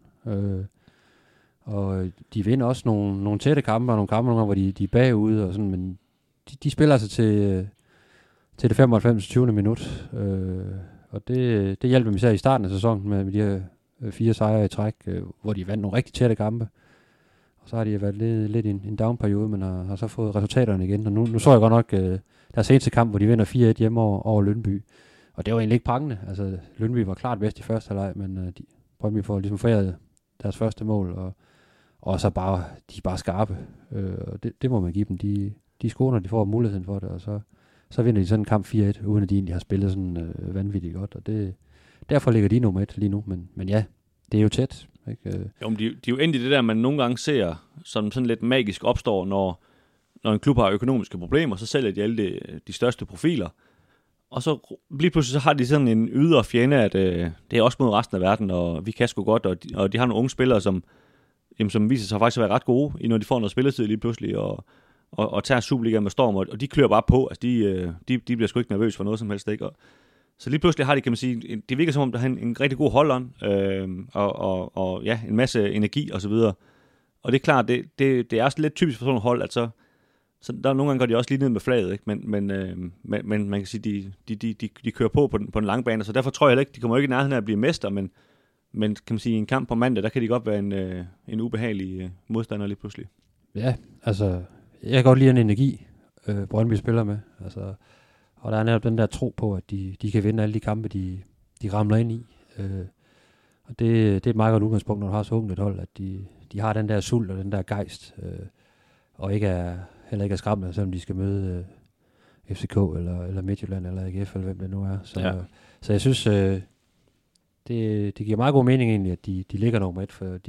Og de vinder også nogle tætte kampe, og nogle kampe, hvor de er bagud, og sådan, men de spiller altså til det 95. 20. minut. Og det hjælper dem især i starten af sæsonen med de her 4 sejre i træk, hvor de vandt nogle rigtig tætte kampe. Og så har de været lidt i en down-periode, men har så fået resultaterne igen. Og nu så jeg godt nok deres seneste kamp, hvor de vinder 4-1 hjemme over Lyngby. Og det var egentlig ikke prangende. Altså, Lyngby var klart bedst i første halvleg, men Brøndby får ligesom foræret deres første mål, og så bare, de er bare skarpe. Og det må man give dem. De scorer, når de får muligheden for det, og så vinder de sådan en kamp 4-1, uden at de egentlig har spillet sådan vanvittigt godt. Og derfor ligger de nummer 1 lige nu. Men ja, det er jo tæt. Ikke? Jo, men de er jo endelig det der, man nogle gange ser, som sådan lidt magisk opstår, når en klub har økonomiske problemer, så sælger de alle de største profiler. Og så lige pludselig så har de sådan en ydre fjende, at det er også mod resten af verden, og vi kan sgu godt, og de har nogle unge spillere, som viser sig faktisk at være ret gode, når de får noget spilletid lige pludselig, og tager Superliga med storm, og de klør bare på. Altså de bliver sgu ikke nervøse for noget som helst, ikke? Så lige pludselig har de, kan man sige, det virker som om, der har en rigtig god holdånd, og ja, en masse energi og så videre. Og det er klart, det er også lidt typisk for sådan et hold, at så der nogle gange går de også lige ned med flaget, ikke? Men man kan sige, de kører på den lange bane, så derfor tror jeg ikke, de kommer ikke i nærheden af at blive mester, men kan man sige, i en kamp på mandag, der kan de godt være en ubehagelig modstander lige pludselig. Ja, altså, jeg kan godt lide en energi, Brøndby spiller med, altså, og der er netop den der tro på, at de kan vinde alle de kampe, de ramler ind i. Og det er et meget godt udgangspunkt, når du har så ungt et hold, at de har den der sult og den der gejst, og heller ikke er skræmmende, selvom de skal møde FCK eller Midtjylland eller AGF, eller hvem det nu er. Så jeg synes, det giver meget god mening egentlig, at de ligger nummer 1, for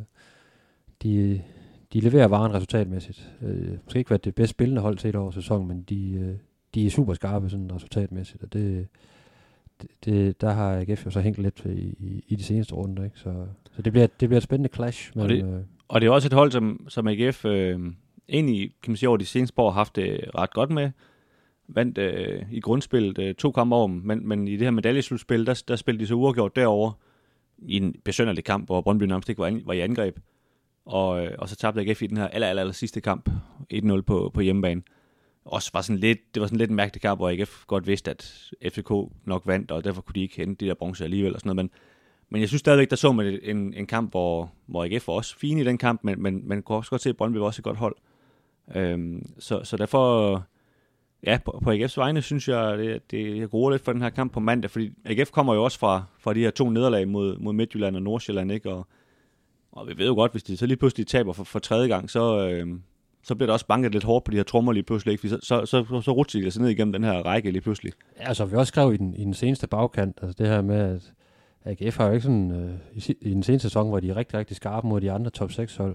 de leverer varen resultatmæssigt. Måske ikke været det bedst spillende hold set over sæsonen, men de er super skarpe sådan resultatmæssigt, og der har AGF jo så hængt lidt i de seneste runder, ikke? Så det bliver et spændende clash. Og det er også et hold, som AGF egentlig, kan man sige, over de seneste år har haft det ret godt med. Vandt i grundspillet 2 kampe over dem, men i det her medaljeslutspil, der spillede de så uafgjort derovre i en besynderlig kamp, hvor Brøndby nærmest ikke var i angreb. Og så tabte AGF i den her aller sidste kamp, 1-0 på hjemmebane. Også var sådan lidt en mærkelig kamp, hvor AGF godt vidste, at FCK nok vandt, og derfor kunne de ikke hente de der bronze alligevel og sådan noget. Men jeg synes stadigvæk, der så man en kamp, hvor AGF var også fine i den kamp, men man kunne også godt se, at Brøndby var også et godt hold. Så derfor, ja, på AGF's vegne, synes jeg, jeg gruer lidt for den her kamp på mandag, fordi AGF kommer jo også fra de her 2 nederlag mod Midtjylland og Nordsjælland, ikke? Og vi ved jo godt, hvis de så lige pludselig taber for 3. gang, så bliver der også banket lidt hårdt på de her trommer lige pludselig, ikke? Så rutscher de sig ned igennem den her række lige pludselig. Ja, altså vi også skrev i den seneste bagkant, altså det her med, at AGF har jo ikke sådan, i den seneste sæson, hvor de er rigtig, rigtig skarpe mod de andre top 6 hold.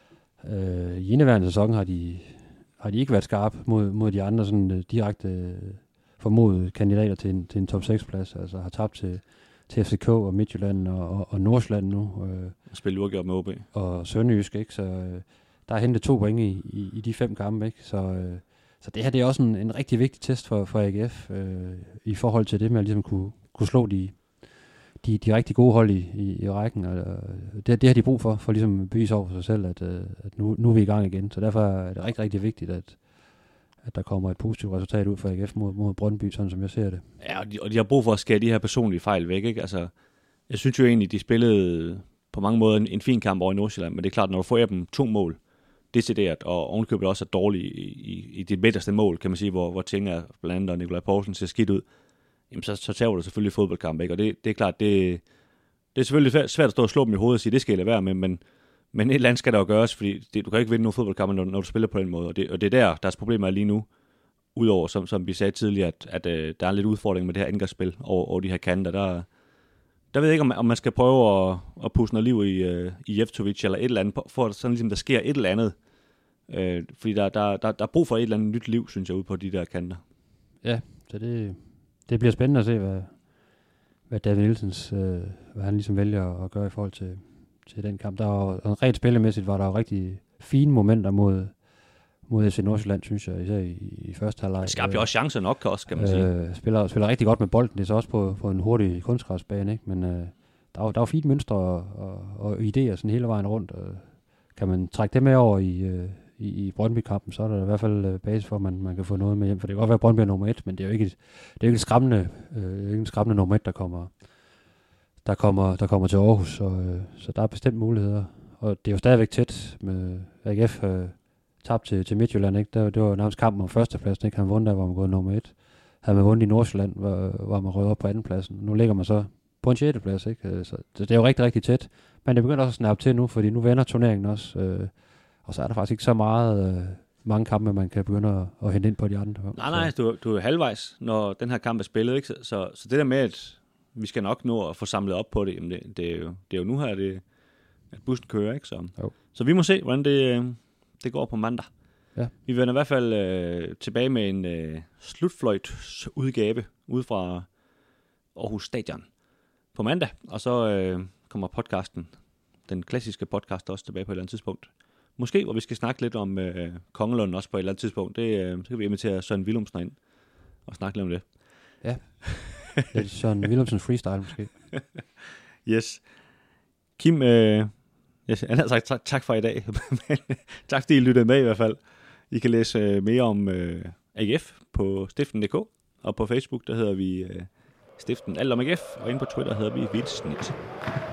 I indeværende sæson har de ikke været skarpe mod de andre sådan direkte formodede kandidater til en top 6 plads, altså har tabt til FCK og Midtjylland og Nordsjælland nu. Spillet uafgjort med OB. Og Sønderjysk, ikke? Så der er hentet 2 point i de 5 kampe, ikke? Så det her, det er også en rigtig vigtig test for AGF i forhold til det med at ligesom kunne slå de rigtig gode hold i rækken. Og det har de brug for ligesom at bevise over for sig selv, at nu er vi i gang igen. Så derfor er det rigtig, rigtig vigtigt, at der kommer et positivt resultat ud for AGF mod Brøndby, sådan som jeg ser det. Ja, og de har brug for at skære de her personlige fejl væk, ikke? Altså, jeg synes jo egentlig, de spillede på mange måder en fin kamp over i Nordsjælland, men det er klart, når du får dem 2 mål, decideret, og ovenkøbet også er dårligt i det midterste mål, kan man sige, hvor Tinger blandt andet og Nikolaj Poulsen ser skidt ud, jamen så tager du selvfølgelig fodboldkamp, ikke? Og det er klart, det er selvfølgelig svært at stå og slå dem i hovedet og sige, det skal jeg lade være med, men et eller andet skal der jo gøres, fordi du kan ikke vinde nogen fodboldkamp, når du spiller på den måde, og det er der, deres problemer er lige nu, udover, som vi sagde tidligere, at der er lidt udfordring med det her angrebsspil over de her kanter. Der ved jeg ikke, om man skal prøve at pusse noget liv i Jeftovic eller et eller andet, for at sådan ligesom, der sker et eller andet. Fordi der er brug for et eller andet nyt liv, synes jeg, ude på de der kanter. Ja, så det bliver spændende at se, hvad David Nielsens, hvad han ligesom vælger at gøre i forhold til den kamp. Der var rent spillemæssigt var der jo rigtig fine momenter mod FC Nordsjælland, synes jeg, især i første halvleg. Skabte jo også chancer nok, også, kan man sige. Spiller rigtig godt med bolden, det er så også på en hurtig kunstgræsbane, ikke? Men der var fint mønstre og idéer sådan hele vejen rundt. Kan man trække det med over i Brøndby-kampen, så er der i hvert fald basis for, at man kan få noget med hjem. For det kan godt være, at Brøndby er nummer 1, men det er jo ikke et skræmmende, en skræmmende nummer 1, der kommer til Aarhus. Så der er bestemt muligheder. Og det er jo stadigvæk tæt med AGF tabt til Midtjylland, ikke? Det var nærmest kampen om førstepladsen, ikke? Han vundet der, hvor man gået nummer 1. havde man vundet i Nordsjælland, var man røget op på andenpladsen. Nu ligger man så på en 6. plads, ikke? Så det er jo rigtig, rigtig tæt. Men det begynder også at snappe til nu, fordi nu vender turneringen også. Og så er der faktisk ikke så mange kampe, man kan begynde at hente ind på de andre. Nej, du er halvvejs, når den her kamp er spillet, ikke? Så det der med, at vi skal nok nå at få samlet op på det, jamen det er jo nu her, at bussen kører, ikke? Så vi må se, hvordan det går på mandag. Ja. Vi vender i hvert fald tilbage med en slutfløjtsudgave ude fra Aarhus Stadion på mandag, og så kommer podcasten, den klassiske podcast, også tilbage på et eller andet tidspunkt. Måske, hvor vi skal snakke lidt om Kongelund også på et eller andet tidspunkt. Så kan vi invitere Søren Willumsen ind og snakke lidt om det. Ja, det er Søren Willumsen freestyle måske. Yes. Kim, han har sagt tak for i dag. Tak fordi I lyttede med i hvert fald. I kan læse mere om AGF på stiften.dk, og på Facebook, der hedder vi Stiften Alt om AGF, og inde på Twitter hedder vi Vildsnit.